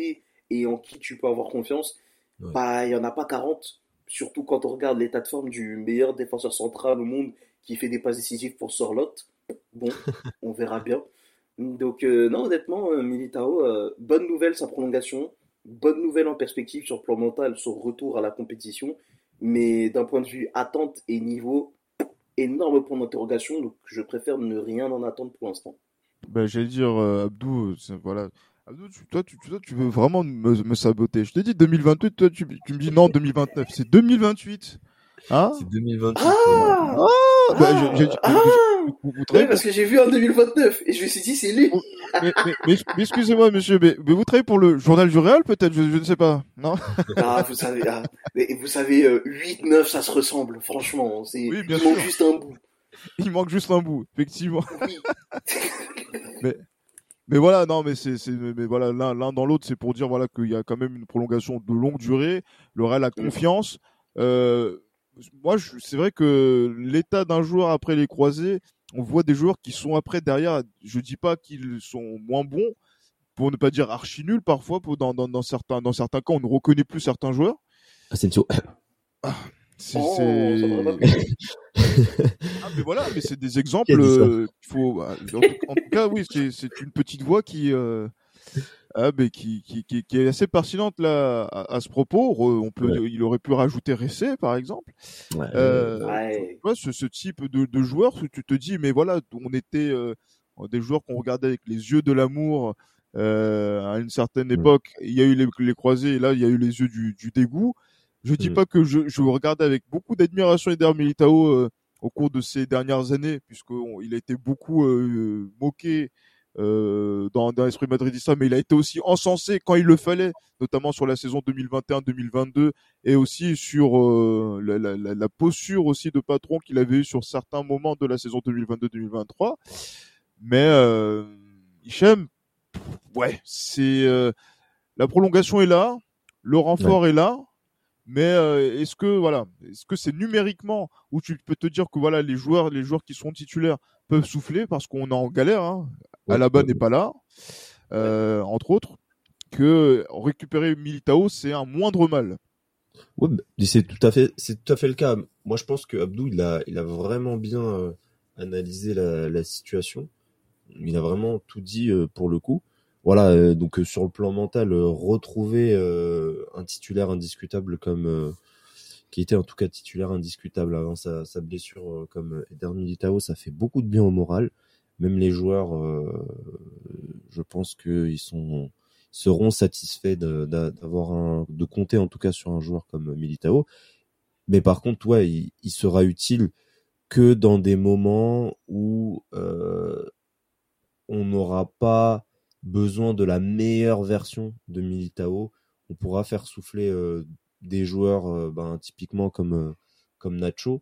et en qui tu peux avoir confiance, Ouais. bah, il n'y en a pas quarante. Surtout quand on regarde l'état de forme du meilleur défenseur central au monde qui fait des passes décisives pour Sorloth. Bon, on verra bien. Donc, euh, non, honnêtement, euh, Militao, euh, bonne nouvelle sa prolongation, bonne nouvelle en perspective sur le plan mental, son retour à la compétition. Mais d'un point de vue attente et niveau, énorme point d'interrogation. Donc, je préfère ne rien en attendre pour l'instant. Ben, j'allais dire, euh, Abdou, euh, c'est- voilà. Abdou, tu- toi, tu, toi, tu veux vraiment me, me saboter. Je te dis deux mille vingt-huit, toi, tu, tu me dis non, deux mille vingt-neuf. C'est deux mille vingt-huit. Hein? C'est deux mille vingt-huit. Ouais. Ah! Ah, ben, j'ai, j'ai, Ah! mais- Ah! mais- vous, vous Oui, travaillez parce pour, que j'ai vu en deux mille vingt-neuf et je me suis dit, c'est lui. vous- mais, mais, mais, mais excusez-moi, monsieur, mais, mais vous travaillez pour le journal du Réal, peut-être, je, je ne sais pas. Non? Ah, vous savez, ah, mais vous savez, euh, huit neuf, ça se ressemble, franchement. C'est, Oui, bien il manque sûr. juste un bout. Il manque juste un bout, effectivement. Oui. Mais, mais voilà, non, mais c'est, c'est, mais voilà, l'un, l'un dans l'autre, c'est pour dire, voilà, qu'il y a quand même une prolongation de longue durée. Le Real a Mm. confiance. Euh, moi, je- c'est vrai que l'état d'un joueur après les croisés, on voit des joueurs qui sont après derrière. Je dis pas qu'ils sont moins bons, pour ne pas dire archi nuls parfois. Pour, dans, dans, dans certains, dans certains cas, on ne reconnaît plus certains joueurs. Asensio. C'est, Oh, ça m'aurait pas c'est... plu. Ah, mais voilà, mais c'est des Qui a exemples. dit ça? euh, qu'il faut, bah, en, tout en tout cas, oui, c'est, c'est une petite voix qui, euh, ah, mais qui, qui, qui, qui est assez pertinente là à, à ce propos. Re- On peut, Ouais. il aurait pu rajouter Ressé, par exemple. Ouais. Euh, tu Ouais. vois, ce, ce type de, de joueur, où tu te dis, mais voilà, on était euh, des joueurs qu'on regardait avec les yeux de l'amour euh, à une certaine Mm. époque. Il y a eu les, les croisés, et là, il y a eu les yeux du, du dégoût. Je dis Mm. pas que je, je regardais avec beaucoup d'admiration Eder Militao euh, au cours de ces dernières années, puisqu'il a été beaucoup euh, moqué euh, dans, dans l'esprit madridista, mais il a été aussi encensé quand il le fallait, notamment sur la saison deux mille vingt et un deux mille vingt-deux, et aussi sur euh, la, la, la, la posture aussi de patron qu'il avait eu sur certains moments de la saison deux mille vingt-deux deux mille vingt-trois. Mais euh, Hichem, ouais, c'est euh, la prolongation est là, le renfort Ouais. est là. Mais euh, est-ce que voilà, est-ce que c'est numériquement où tu peux te dire que voilà les joueurs, les joueurs qui sont titulaires peuvent souffler parce qu'on est en galère, hein. Ouais, Alaba ouais, n'est ouais. pas là, euh, entre autres, que récupérer Militao c'est un moindre mal. Ouais, bah, c'est tout à fait, c'est tout à fait le cas. Moi, je pense que Abdou, il a, il a vraiment bien euh, analysé la, la situation. Il a vraiment tout dit euh, pour le coup. Voilà, euh, donc euh, sur le plan mental, euh, retrouver euh, un titulaire indiscutable comme euh, qui était en tout cas titulaire indiscutable avant sa, sa blessure euh, comme Eder Militao, ça fait beaucoup de bien au moral. Même les joueurs, euh, je pense qu'ils sont seront satisfaits de, de, d'avoir un, de compter en tout cas sur un joueur comme Militao. Mais par contre, ouais, il, il sera utile que dans des moments où euh, on n'aura pas besoin de la meilleure version de Militao. On pourra faire souffler euh, des joueurs euh, ben, typiquement comme, euh, comme Nacho,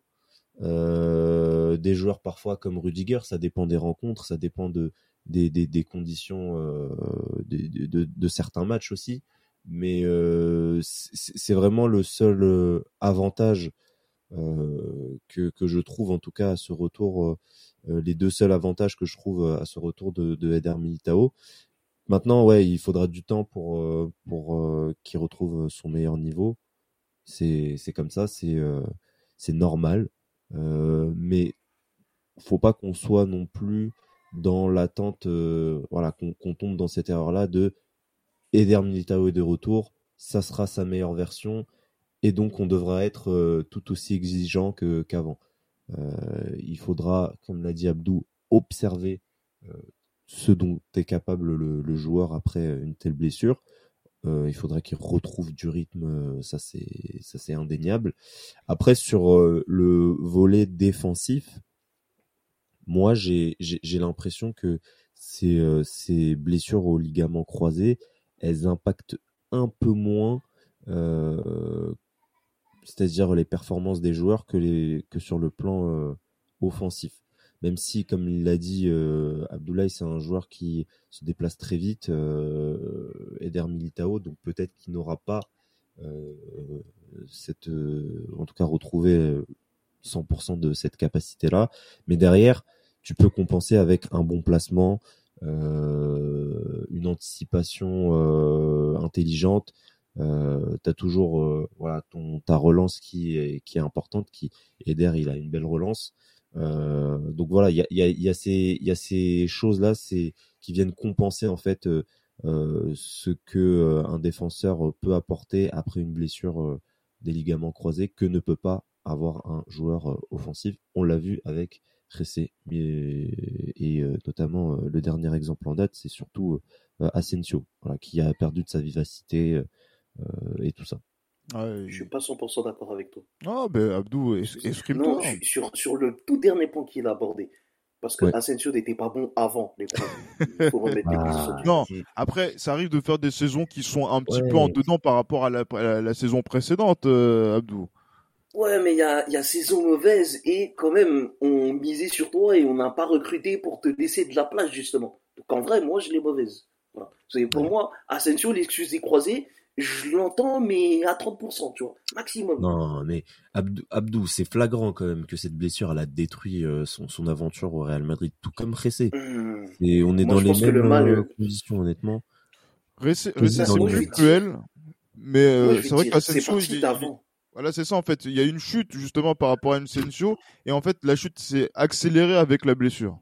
euh, des joueurs parfois comme Rudiger, ça dépend des rencontres, ça dépend de, des, des, des conditions euh, de, de, de, de certains matchs aussi. Mais euh, c'est, c'est vraiment le seul euh, avantage euh, que, que je trouve en tout cas à ce retour, euh, les deux seuls avantages que je trouve à ce retour de, de Eder Militao. Maintenant, ouais, il faudra du temps pour, euh, pour euh, qu'il retrouve son meilleur niveau. C'est, c'est comme ça, c'est, euh, c'est normal. Euh, mais faut pas qu'on soit non plus dans l'attente, euh, voilà, qu'on, qu'on tombe dans cette erreur-là de Eder Militao est de retour, ça sera sa meilleure version. Et donc, on devra être euh, tout aussi exigeant que, qu'avant. Euh, il faudra, comme l'a dit Abdou, observer euh, ce dont est capable le, le joueur après une telle blessure. Euh, il faudra qu'il retrouve du rythme, ça c'est, ça c'est indéniable. Après, sur euh, le volet défensif, moi, j'ai, j'ai, j'ai l'impression que ces, euh, ces blessures au ligament croisé, elles impactent un peu moins euh, c'est-à-dire les performances des joueurs que, les, que sur le plan euh, offensif. Même si, comme il l'a dit, euh, Abdoulaye, c'est un joueur qui se déplace très vite, euh, Eder Militao, donc peut-être qu'il n'aura pas euh, cette, euh, en tout cas retrouvé cent pour cent de cette capacité-là. Mais derrière, tu peux compenser avec un bon placement, euh, une anticipation euh, intelligente. Euh, t'as toujours euh, voilà ton ta relance qui est qui est importante. Qui Eder, il a une belle relance. Euh, donc voilà, il y a il y a il y a ces il y a ces choses là, c'est qui viennent compenser en fait euh, euh, ce que euh, un défenseur peut apporter après une blessure euh, des ligaments croisés que ne peut pas avoir un joueur euh, offensif. On l'a vu avec Ressé, et, et euh, notamment euh, le dernier exemple en date, c'est surtout euh, Asensio, voilà, qui a perdu de sa vivacité euh, et tout ça. Ouais, Je suis il- pas cent pour cent d'accord avec toi. Ah, ben Abdou, es- Non, exprime-toi. je suis sur, sur le tout dernier point qu'il a abordé. Parce que Ouais. Asensio n'était pas bon avant les problèmes. Il faut remettre l'église sur du Ah, point. Non, c'est- après, ça arrive de faire des saisons qui sont un petit peu en ouais. dedans par rapport à la, à la, la saison précédente, euh, Abdou. Ouais, mais il y a, il y a saison mauvaise et quand même, on misait sur toi et on n'a pas recruté pour te laisser de la place, justement. Donc en vrai, moi, je l'ai mauvaise. Voilà. C'est- Pour Ouais. moi, Asensio, l'excuse des croisés, je l'entends, mais à trente pour cent, tu vois, maximum. Non, mais Abdou, Abdou, c'est flagrant quand même que cette blessure, elle a détruit euh, son, son aventure au Real Madrid, tout comme Ressé. Hum, Et on est Moi, dans je les pense que mêmes le mal, euh, euh, conditions, honnêtement. Ressé, Quasi Ressé, ça, dans c'est les moi, je plus vais mêmes. te dire, cruel, mais moi, euh, je vais c'est te vrai dire, c'est qu'Asensio, il parti est, il est- d'avant. voilà, c'est ça en fait. Il y a une chute justement par rapport à Asensio, et en fait, la chute s'est accélérée avec la blessure.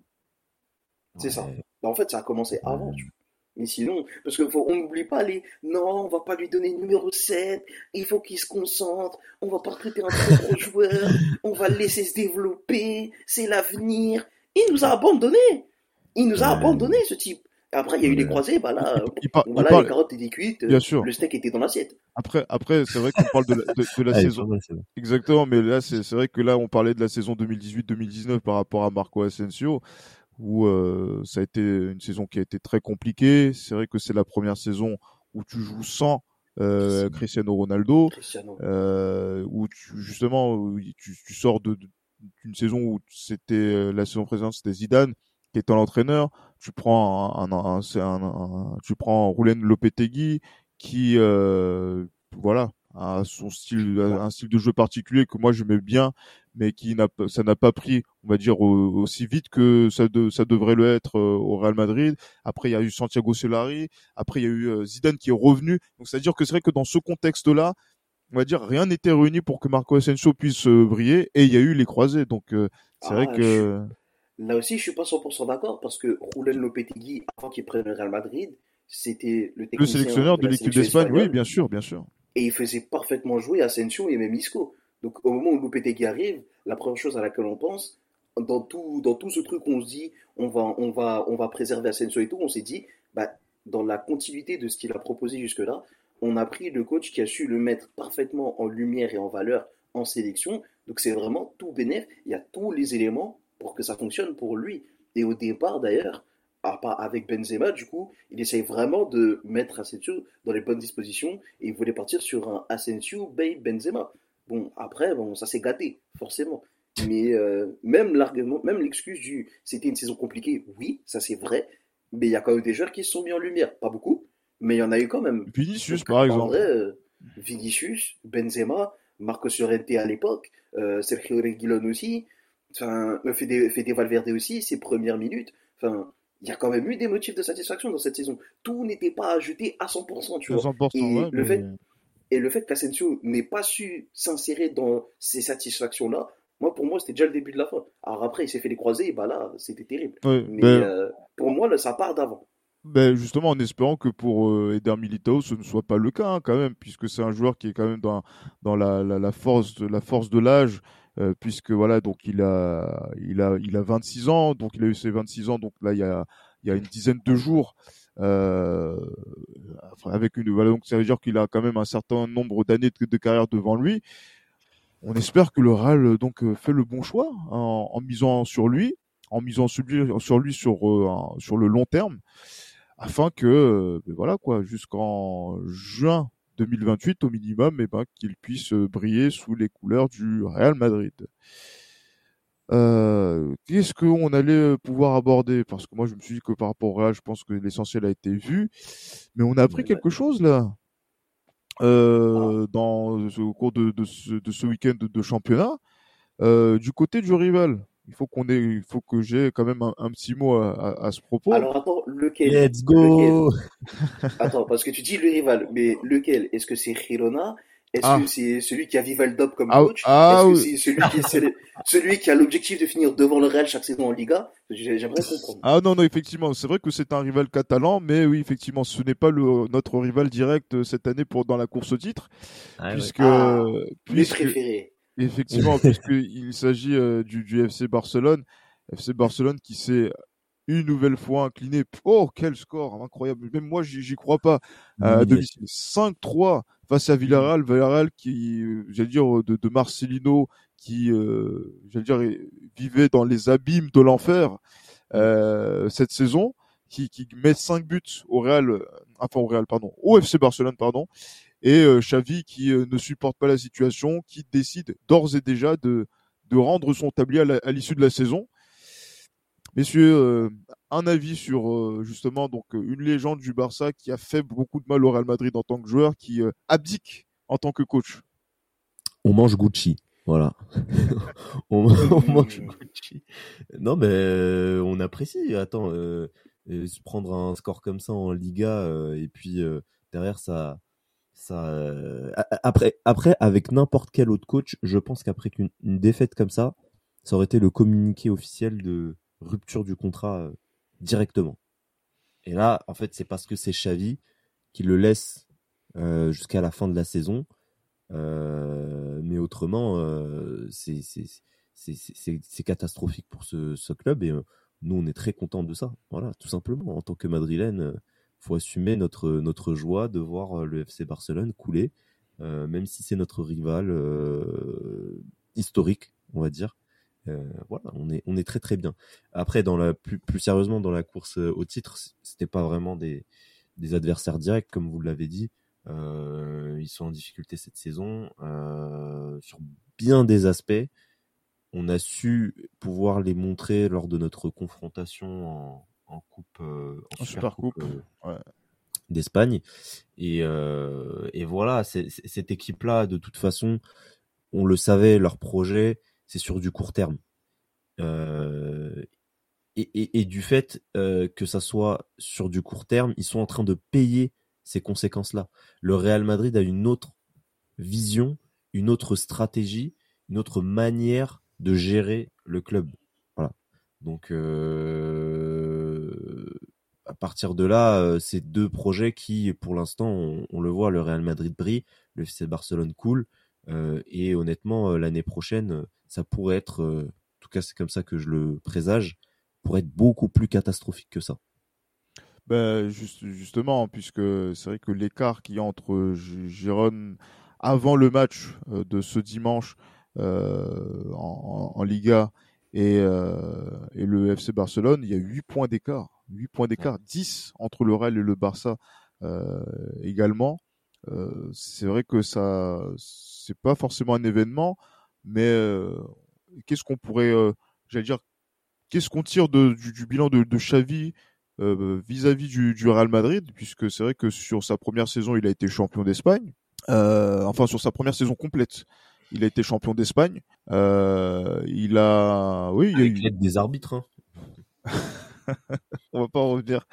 C'est ça. Ouais. Bah, en fait, ça a commencé avant, tu Ouais. vois. Mais sinon, parce que faut- on n'oublie pas les non, on va pas lui donner le numéro sept, il faut qu'il se concentre, on va pas recruter un trop gros joueur, on va le laisser se développer, c'est l'avenir. Il nous a abandonnés. Il nous a Ouais. abandonnés, ce type. Après, il y a eu les Ouais. croisés, bah Il, là, il, il par- bon, bah il là, les parle, carottes étaient cuites, bien euh, sûr. le steak était dans l'assiette. Après, après, c'est vrai qu'on parle de la, de, de la Ah, elle est saison. pas mal, c'est vrai. Exactement, mais là, c'est c'est vrai que là, on parlait de la saison deux mille dix-huit deux mille dix-neuf par rapport à Marco Asensio, où euh, ça a été une saison qui a été très compliquée. C'est vrai que c'est la première saison où tu joues sans euh, C'est- Cristiano Ronaldo, Cristiano. euh, où tu, justement, où tu, tu sors de, de- d'une saison où c'était euh, la saison précédente, c'était Zidane qui était l'entraîneur. Tu prends un, un, un- c'est un- un- tu prends Roulen Lopetegui qui, euh, voilà, a son style, Ouais. un style de jeu particulier que moi j'aimais bien, mais qui n'a pas- ça n'a pas pris, on va dire, au- aussi vite que ça, de, ça devrait le être euh, au Real Madrid. Après, il y a eu Santiago Solari. Après, il y a eu euh, Zidane qui est revenu. Donc, c'est-à-dire que c'est vrai que dans ce contexte-là, on va dire, rien n'était réuni pour que Marco Asensio puisse euh, briller. Et il y a eu les croisés. Donc, euh, c'est vrai Ah, je suis- que Là aussi, je suis pas cent pour cent d'accord parce que Julen Lopetegui, avant qu'il prenne le Real Madrid, c'était le le technicien sélectionneur de de la l'équipe sélection d'Espagne, oui, espagnole bien sûr, bien sûr. et il faisait parfaitement jouer Asensio et même Isco. Donc au moment où Lopetegui arrive, la première chose à laquelle on pense, dans tout, dans tout ce truc on se dit, on va, on va, on va préserver Asensio et tout, on s'est dit, bah, dans la continuité de ce qu'il a proposé jusque-là, on a pris le coach qui a su le mettre parfaitement en lumière et en valeur en sélection. Donc c'est vraiment tout bénef. Il y a tous les éléments pour que ça fonctionne pour lui. Et au départ d'ailleurs, à part avec Benzema, du coup, il essaye vraiment de mettre Asensio dans les bonnes dispositions et il voulait partir sur un Asensio Bay Benzema. Bon, après, bon, ça s'est gâté, forcément. Mais euh, même l'argument, même l'excuse du c'était une saison compliquée, oui, ça c'est vrai, mais il y a quand même des joueurs qui se sont mis en lumière. Pas beaucoup, mais il y en a eu quand même. Vinicius, Donc par en vrai, exemple. euh, Vinicius, Benzema, Marcos Llorente à l'époque, euh, Sergio Reguilón aussi, enfin, Fede, Fede Valverde aussi, ses premières minutes. Enfin, il y a quand même eu des motifs de satisfaction dans cette saison. Tout n'était pas ajouté à cent pour cent, tu À vois. cent pour cent, Et ouais, le mais fait, et le fait qu'Asensio n'ait pas su s'insérer dans ces satisfactions-là, moi, pour moi, c'était déjà le début de la fin. Alors après, il s'est fait les croisés, et bah là, c'était terrible. ouais, Mais ben, euh, pour moi, là, ça part d'avant. ben justement, en espérant que pour euh, Eder Militao, ce ne soit pas le cas hein, quand même, puisque c'est un joueur qui est quand même dans, dans la, la, la force de la force de l'âge, euh, puisque voilà, donc il a il a il a vingt-six ans, donc il a eu ses vingt-six ans, donc là il y a il y a une dizaine de jours, euh, enfin, avec une voilà, donc ça veut dire qu'il a quand même un certain nombre d'années de, de carrière devant lui. On espère que le Real euh, donc euh, fait le bon choix en, en misant sur lui, en misant sur lui sur lui sur euh, un- sur le long terme afin que euh, ben voilà quoi jusqu'en juin deux mille vingt-huit au minimum eh ben qu'il puisse euh, briller sous les couleurs du Real Madrid. Euh, qu'est-ce qu'on allait euh, pouvoir aborder parce que moi je me suis dit que par rapport au Real je pense que l'essentiel a été vu mais on a appris Ouais. quelque chose là Ah, euh, dans au cours de, de ce, de ce week-end de, de championnat. Euh, du côté du rival, il faut qu'on ait, il faut que j'ai quand même un, un petit mot à, à, à ce propos. Alors attends, lequel? Let's go. Lequel? Attends, parce que tu dis le rival, mais lequel? Est-ce que c'est Girona? Est-ce Ah. que c'est celui qui a Vivaldop comme Ah, coach? ah, Est-ce que oui. c'est celui qui, est celui qui a l'objectif de finir devant le Real chaque saison en Liga? J'aimerais comprendre. Ah non, non, effectivement, c'est vrai que c'est un rival catalan, mais oui, effectivement, ce n'est pas le, notre rival direct cette année pour, dans la course au titre, Ah, puisque, ouais. Ah, mes puisque, préférés. effectivement, puisqu'il s'agit euh, du, du F C Barcelone, F C Barcelone qui s'est une nouvelle fois incliné. Oh, quel score incroyable. Même moi, j'y, j'y crois pas. Euh, à domicile, cinq trois face à Villarreal. Villarreal qui, euh, j'allais dire, de, de Marcelino, qui, euh, j'allais dire, vivait dans les abîmes de l'enfer euh, cette saison, qui, qui met cinq buts au Real, euh, enfin au Real, pardon, au F C Barcelone, pardon. Et euh, Xavi qui euh, ne supporte pas la situation, qui décide d'ores et déjà de, de rendre son tablier à, la, à l'issue de la saison. Messieurs, euh, un avis sur euh, justement donc une légende du Barça qui a fait beaucoup de mal au Real Madrid en tant que joueur, qui euh, abdique en tant que coach. On mange Gucci, voilà. on, on mange Gucci. Non, mais euh, on apprécie. Attends, euh, euh, prendre un score comme ça en Liga euh, et puis euh, derrière ça, ça. Euh, après, après avec n'importe quel autre coach, je pense qu'après qu'une une défaite comme ça, ça aurait été le communiqué officiel de rupture du contrat euh, directement. Et là, en fait, c'est parce que c'est Xavi qui le laisse euh, jusqu'à la fin de la saison. Euh, mais autrement, euh, c'est, c'est, c'est, c'est, c'est catastrophique pour ce, ce club. Et euh, nous, on est très contents de ça. Voilà, tout simplement. En tant que Madrilène, euh, faut assumer notre, notre joie de voir le F C Barcelone couler, euh, même si c'est notre rival euh, historique, on va dire. Euh, voilà, on est on est très très bien. Après, dans la plus plus sérieusement dans la course au titre, c'était pas vraiment des des adversaires directs comme vous l'avez dit. Euh, ils sont en difficulté cette saison euh, sur bien des aspects. On a su pouvoir les montrer lors de notre confrontation en, en coupe euh, en, en super coupe, coupe euh, ouais. d'Espagne. Et euh, et voilà, c'est, c'est, cette équipe-là, de toute façon, on le savait, leur projet, c'est sur du court terme. Euh, et, et, et du fait euh, que ça soit sur du court terme, ils sont en train de payer ces conséquences-là. Le Real Madrid a une autre vision, une autre stratégie, une autre manière de gérer le club. Voilà. Donc, euh, à partir de là, euh, c'est deux projets qui, pour l'instant, on, on le voit, le Real Madrid brille, le F C Barcelone coule. Euh, et honnêtement, euh, l'année prochaine, ça pourrait être, euh, en tout cas c'est comme ça que je le présage, pourrait être beaucoup plus catastrophique que ça. Ben, juste, justement, puisque c'est vrai que l'écart qu'il y a entre Girona avant le match euh, de ce dimanche euh, en, en Liga et, euh, et le F C Barcelone, il y a huit points d'écart. huit points d'écart, dix entre le Real et le Barça euh, également. Euh, c'est vrai que ça, c'est pas forcément un événement, mais euh, qu'est-ce qu'on pourrait, euh, j'allais dire, qu'est-ce qu'on tire de, du, du bilan de, de Xavi euh, vis-à-vis du, du Real Madrid, puisque c'est vrai que sur sa première saison, il a été champion d'Espagne, euh, enfin sur sa première saison complète, il a été champion d'Espagne. Euh, il a, oui, il y a avec eu l'aide des arbitres. Hein. On va pas en revenir.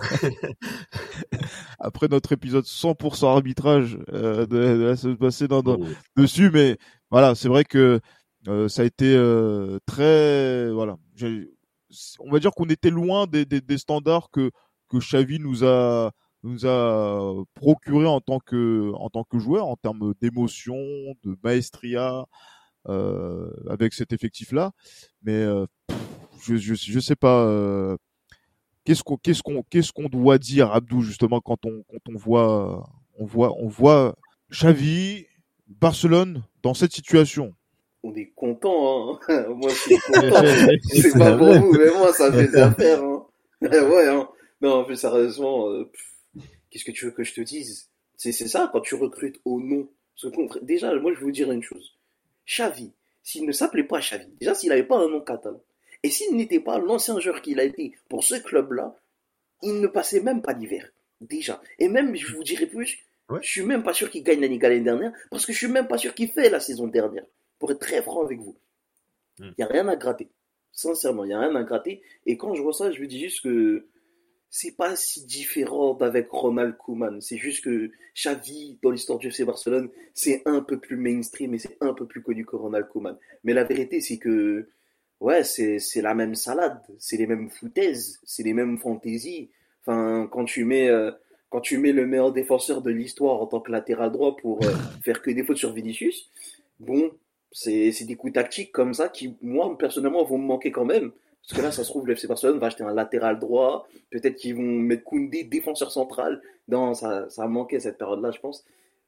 Après notre épisode cent pour cent arbitrage euh, de, de la semaine passée dans, dans, oh. dessus, mais voilà, c'est vrai que euh, ça a été euh, très, voilà, j'ai, on va dire qu'on était loin des, des, des standards que que Xavi nous a nous a procuré en tant que en tant que joueur, en termes d'émotion, de maestria, euh, avec cet effectif-là. Mais euh, je, je je sais pas. Euh, Qu'est-ce qu'on, qu'est-ce qu'on, qu'est-ce qu'on doit dire, Abdou, justement, quand on, quand on voit, on voit, on voit Xavi, Barcelone dans cette situation? On est content, hein. Moi, je suis content. C'est pas pour vous, mais moi, ça fait des affaires, hein. Ouais, hein. Non, plus sérieusement, euh, pff, qu'est-ce que tu veux que je te dise? C'est, c'est ça, quand tu recrutes au nom. Parce que, déjà, moi, je vais vous dire une chose. Xavi, s'il ne s'appelait pas Xavi, déjà, s'il n'avait pas un nom catalan, et s'il n'était pas l'ancien joueur qu'il a été pour ce club-là, il ne passait même pas l'hiver. Déjà. Et même, je vous dirais plus, ouais. Je suis même pas sûr qu'il gagne la Liga l'année dernière, parce que je suis même pas sûr qu'il fait la saison dernière. Pour être très franc avec vous. Il mm. n'y a rien à gratter. Sincèrement, il n'y a rien à gratter. Et quand je vois ça, je me dis juste que c'est pas si différent d'avec Ronald Koeman. C'est juste que Xavi, dans l'histoire du F C Barcelone, c'est un peu plus mainstream et c'est un peu plus connu que Ronald Koeman. Mais la vérité, c'est que, ouais, c'est, c'est la même salade, c'est les mêmes foutaises, c'est les mêmes fantaisies. Enfin, quand tu mets, euh, quand tu mets le meilleur défenseur de l'histoire en tant que latéral droit pour euh, faire que des fautes sur Vinicius, bon, c'est, c'est des coups tactiques comme ça qui, moi, personnellement, vont me manquer quand même. Parce que là, ça se trouve, le F C Barcelone va acheter un latéral droit. Peut-être qu'ils vont mettre Koundé défenseur central. Non, ça, ça a manqué cette période-là, je pense.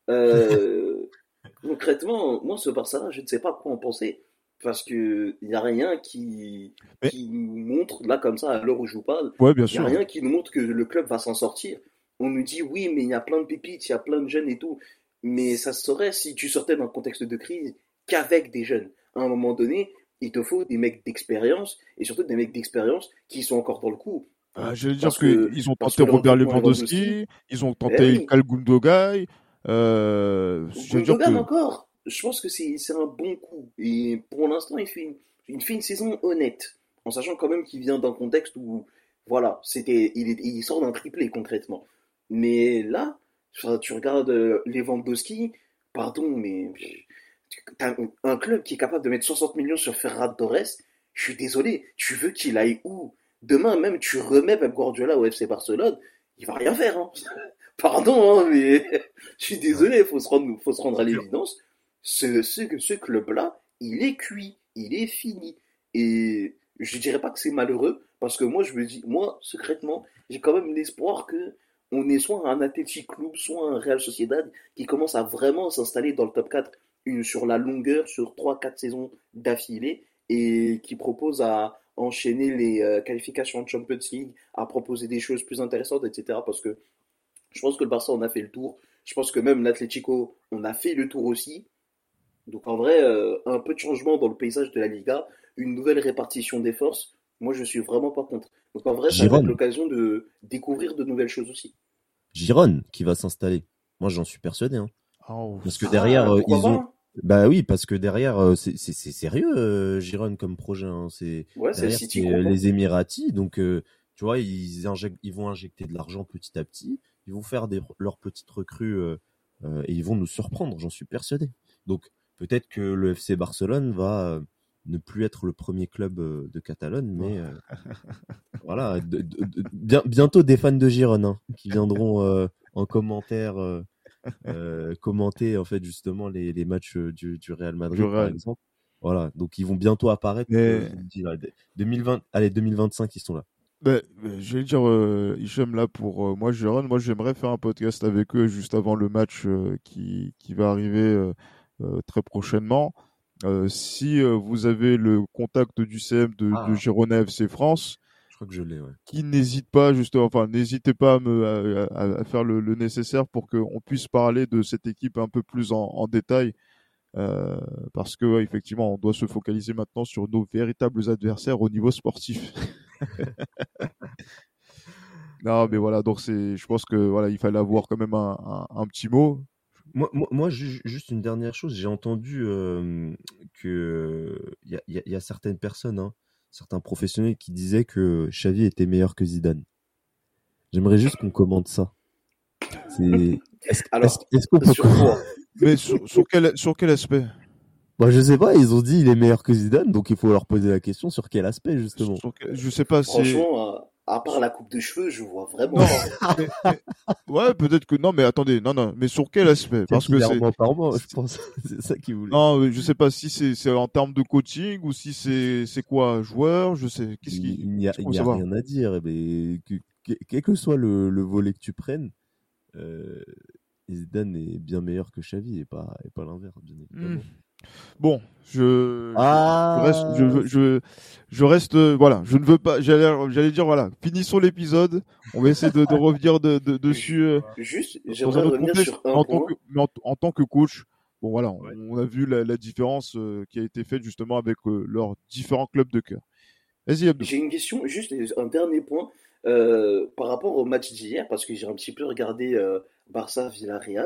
Euh, Concrètement, moi, ce Barça-là, je ne sais pas quoi en penser. Parce que il n'y a rien qui, Mais, qui nous montre, là, comme ça, à l'heure où je vous parle, ouais, bien il n'y a sûr. rien qui nous montre que le club va s'en sortir. On nous dit, oui, mais il y a plein de pépites, il y a plein de jeunes et tout. Mais ça se saurait si tu sortais d'un contexte de crise qu'avec des jeunes. À un moment donné, il te faut des mecs d'expérience et surtout des mecs d'expérience qui sont encore dans le coup. Ah, je veux dire Parce que, qu'ils ont parce tenté que le Robert recrutement Lewandowski, Lewandowski, ils ont eh tenté oui, Ilkay Gundogan. Euh, je veux dire Gundogan que, encore, je pense que c'est c'est un bon coup. Et pour l'instant, il fait une, il fait une saison honnête, en sachant quand même qu'il vient d'un contexte où, voilà, c'était, il, est- il sort d'un triplé concrètement. Mais là, enfin, tu regardes euh, Lewandowski, pardon, mais t'as un, un club qui est capable de mettre soixante millions sur Ferran Torres, je suis désolé, tu veux qu'il aille où? Demain même, tu remets Pep Guardiola au F C Barcelone, il va rien faire, hein. Pardon, hein, mais je suis Ouais, désolé, il faut se rendre, faut se rendre à c'est sûr. l'évidence. Ce, ce, ce club-là, il est cuit, il est fini. Et je dirais pas que c'est malheureux, parce que moi, je me dis, moi, secrètement, j'ai quand même l'espoir que on ait soit un Athletic Club, soit un Real Sociedad qui commence à vraiment s'installer dans le top quatre une, sur la longueur, sur trois quatre saisons d'affilée, et qui propose à enchaîner les euh, qualifications de Champions League, à proposer des choses plus intéressantes, et cetera. Parce que je pense que le Barça, on a fait le tour. Je pense que même l'Atlético, on a fait le tour aussi. Donc en vrai, euh, un peu de changement dans le paysage de la Liga, une nouvelle répartition des forces, moi je suis vraiment pas contre. Donc en vrai, ça va être Giron, l'occasion de découvrir de nouvelles choses aussi. Giron qui va s'installer. Moi, j'en suis persuadé, hein. oh, Parce que derrière, Ah, euh, pourquoi ils ont. pas? Bah oui, parce que derrière, euh, c'est c'est c'est sérieux, euh, Giron comme projet, hein. C'est Ouais, c'est le derrière, City c'est euh, Group, hein. les Émiratis, donc euh, tu vois, ils injectent, ils vont injecter de l'argent petit à petit. Ils vont faire des leurs petites recrues euh, euh, et ils vont nous surprendre. J'en suis persuadé. Donc peut-être que le F C Barcelone va euh, ne plus être le premier club euh, de Catalogne, oh. mais euh, voilà, de- de- de- bien, bientôt des fans de Girona hein, qui viendront euh, en commentaire euh, euh, commenter en fait justement les, les matchs euh, du, du Real Du Madrid par Real. exemple. Voilà, donc ils vont bientôt apparaître. euh, Mais, je vous le dis, là, dès- deux mille vingt, allez deux mille vingt-cinq ils sont là. ben, ben, je vais dire, euh, Hicham, là, pour euh, moi, Jérôme, moi, j'aimerais faire un podcast avec eux juste avant le match euh, qui, qui va arriver euh, euh, très prochainement. Euh, si euh, vous avez le contact du C M de, de Ah, Girona F C France, je crois que je l'ai, ouais. qui n'hésite pas justement, enfin n'hésitez pas à, me, à, à- à faire le, le nécessaire pour qu'on puisse parler de cette équipe un peu plus en, en détail, euh, parce que ouais, effectivement on doit se focaliser maintenant sur nos véritables adversaires au niveau sportif. Non mais voilà, donc c'est, je pense que voilà, il fallait avoir quand même un, un, un petit mot. Moi, moi, moi, ju- juste une dernière chose, j'ai entendu euh, que il y a, y a- y a certaines personnes, hein, certains professionnels qui disaient que Xavi était meilleur que Zidane. J'aimerais juste qu'on commente ça. C'est est-ce est-ce Alors, est-ce qu'on peut sur quoi? Mais sur, sur quel sur quel aspect? Bah, je sais pas, ils ont dit il est meilleur que Zidane, donc il faut leur poser la question sur quel aspect justement. Sur quel- je sais pas, c'est Franchement, euh, à part la coupe de cheveux, je vois vraiment non, pas. mais, mais ouais, peut-être que non, mais attendez, non, non, mais sur quel aspect? Parce que c'est Capillairement parlant, je pense. C'est ça qu'il voulait. non, mais je sais pas si c'est c'est en termes de coaching ou si c'est c'est quoi, joueur, je sais. Qu'est-ce Il, qui il n'y a, qu'est-ce il qu'on veut n'y a savoir? rien à dire, mais que, que- quel que soit le, le volet que tu prennes, euh, Zidane est bien meilleur que Xavi et pas, et pas l'inverse, bien Hmm. évidemment. Bon, je, je, je reste, je, Ah, veux- je, je reste, euh, voilà, je ne veux pas, j'allais, j'allais dire, voilà, finissons l'épisode, on va essayer de, de revenir de, de- dessus Ju- euh, Juste, dans un j'aimerais autre revenir contexte, sur mais un en tant que, point. mais en, en tant que coach, bon voilà, on, ouais. on a vu la, la différence euh, qui a été faite justement avec euh, leurs différents clubs de cœur. Vas-y Abdou. J'ai une question, juste un dernier point euh, par rapport au match d'hier, parce que j'ai un petit peu regardé euh, Barça-Villarreal.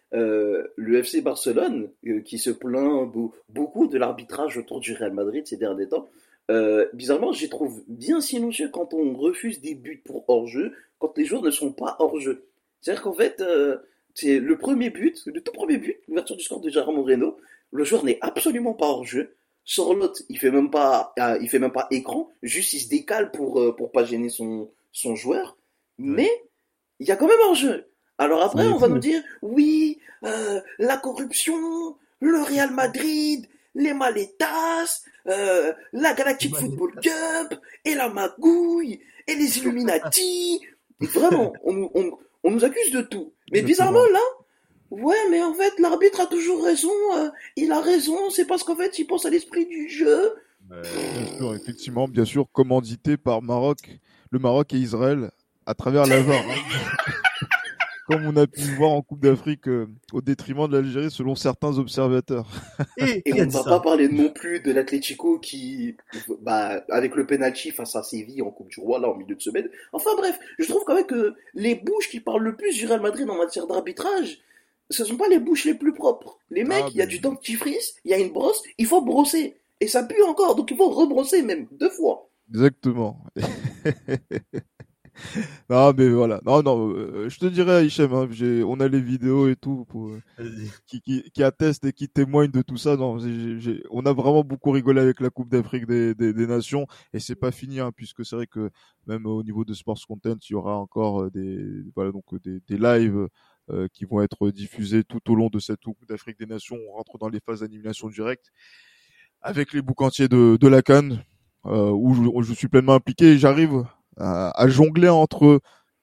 euh, le F C Barcelone, euh, qui se plaint beau- beaucoup de l'arbitrage autour du Real Madrid ces derniers temps. Euh, bizarrement, je les trouve bien silencieux quand on refuse des buts pour hors-jeu, quand les joueurs ne sont pas hors-jeu. C'est-à-dire qu'en fait, euh, c'est le premier but, le tout premier but, l'ouverture du score de Gerard Moreno, le joueur n'est absolument pas hors-jeu. Sorloth, il fait même pas, euh, il fait même pas écran, juste il se décale pour, euh, pour pas gêner son, son joueur. Ouais. Mais il y a quand même hors-jeu. Alors après, C'est on va fou. nous dire, oui, euh, la corruption, le Real Madrid, les maletas, euh, la Galactic Football Cup, et la magouille, et les Illuminati. Et vraiment, on, nous- on, on nous accuse de tout. Mais Exactement. bizarrement, là, ouais, mais en fait, l'arbitre a toujours raison. euh, il a raison, c'est parce qu'en fait, il pense à l'esprit du jeu. Bien sûr, effectivement, bien sûr, commandité par Maroc, le Maroc et Israël à travers la V A R. Hein. Comme on a pu le voir en Coupe d'Afrique euh, au détriment de l'Algérie selon certains observateurs. Et Et qui on a ne dit va ça? pas parler non plus de l'Atlético qui, bah, avec le penalty face à Séville en Coupe du Roi, là, en milieu de semaine. Enfin bref, je trouve quand même que les bouches qui parlent le plus du Real Madrid en matière d'arbitrage, ce sont pas les bouches les plus propres. Les Ah, mecs, il y a ben, du dentifrice, il y a une brosse, il faut brosser. Et ça pue encore, donc il faut rebrosser même, deux fois. exactement. Non, mais voilà. Non, non, euh, je te dirais, Hichem, hein, j'ai- on a les vidéos et tout pour, euh, Vas-y. qui, qui, qui attestent et qui témoignent de tout ça. Non, j'ai- j'ai- on a vraiment beaucoup rigolé avec la Coupe d'Afrique des, des, des Nations et c'est pas fini, hein, puisque c'est vrai que même au niveau de Sports Content, il y aura encore euh, des, voilà, donc euh, des, des lives euh, qui vont être diffusés tout au long de cette Coupe d'Afrique des Nations. On rentre dans les phases d'animation directe avec les boucs entiers de, de la CAN, euh, où je, où je suis pleinement impliqué et j'arrive à, à jongler entre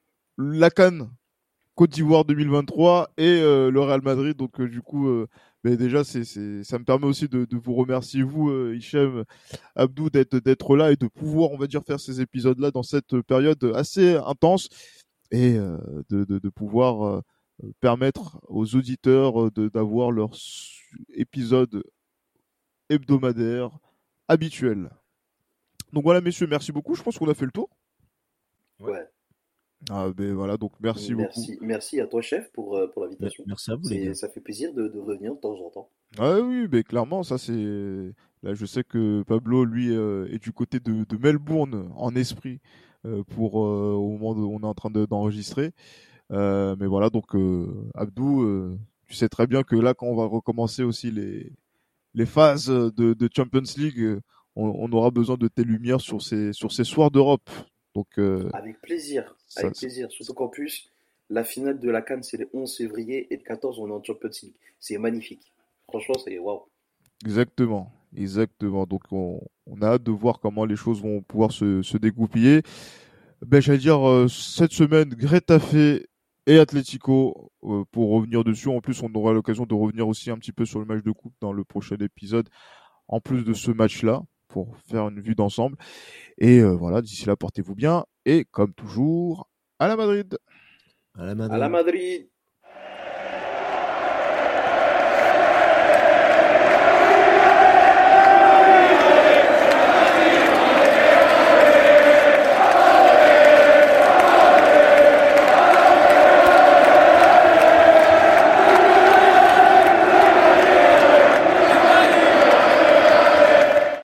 la CAN Côte d'Ivoire deux mille vingt-trois et euh, le Real Madrid. Donc euh, du coup, euh, ben déjà, c'est, c'est, ça me permet aussi de, de vous remercier, vous, euh, Hichem, Abdou, d'être, d'être là et de pouvoir, on va dire, faire ces épisodes-là dans cette période assez intense et euh, de, de, de pouvoir euh, permettre aux auditeurs euh, de, d'avoir leur s- épisode hebdomadaire habituel. Donc voilà, messieurs, merci beaucoup. Je pense qu'on a fait le tour. Ouais. Ouais. Ah, ben voilà, donc merci beaucoup. Merci, merci à toi, chef, pour, euh, pour l'invitation. Merci à vous, les C'est, gars. ça fait plaisir de, de revenir de temps en temps. Ah oui, mais clairement, ça c'est. Là, je sais que Pablo, lui, euh, est du côté de, de Melbourne en esprit euh, pour euh, au moment où on est en train de- d'enregistrer. Euh, mais voilà, donc euh, Abdou, euh, tu sais très bien que là, quand on va recommencer aussi les les phases de, de Champions League, euh, on, on aura besoin de tes lumières sur ces sur ces soirs d'Europe. Donc euh, Avec plaisir, ça, avec plaisir. Surtout qu'en plus, la finale de la CAN, c'est le onze février et le quatorze, on est en Champions League. C'est magnifique. Franchement, c'est waouh. exactement, exactement. Donc on, on a hâte de voir comment les choses vont pouvoir se, se dégoupiller. Ben, j'allais dire, euh, cette semaine, Getafe et Atlético, euh, pour revenir dessus. En plus, on aura l'occasion de revenir aussi un petit peu sur le match de coupe dans le prochain épisode, en plus de ce match-là, pour faire une vue d'ensemble. Et euh, voilà, d'ici là, portez-vous bien. Et comme toujours, à la Madrid! À la À la Madrid. Madrid!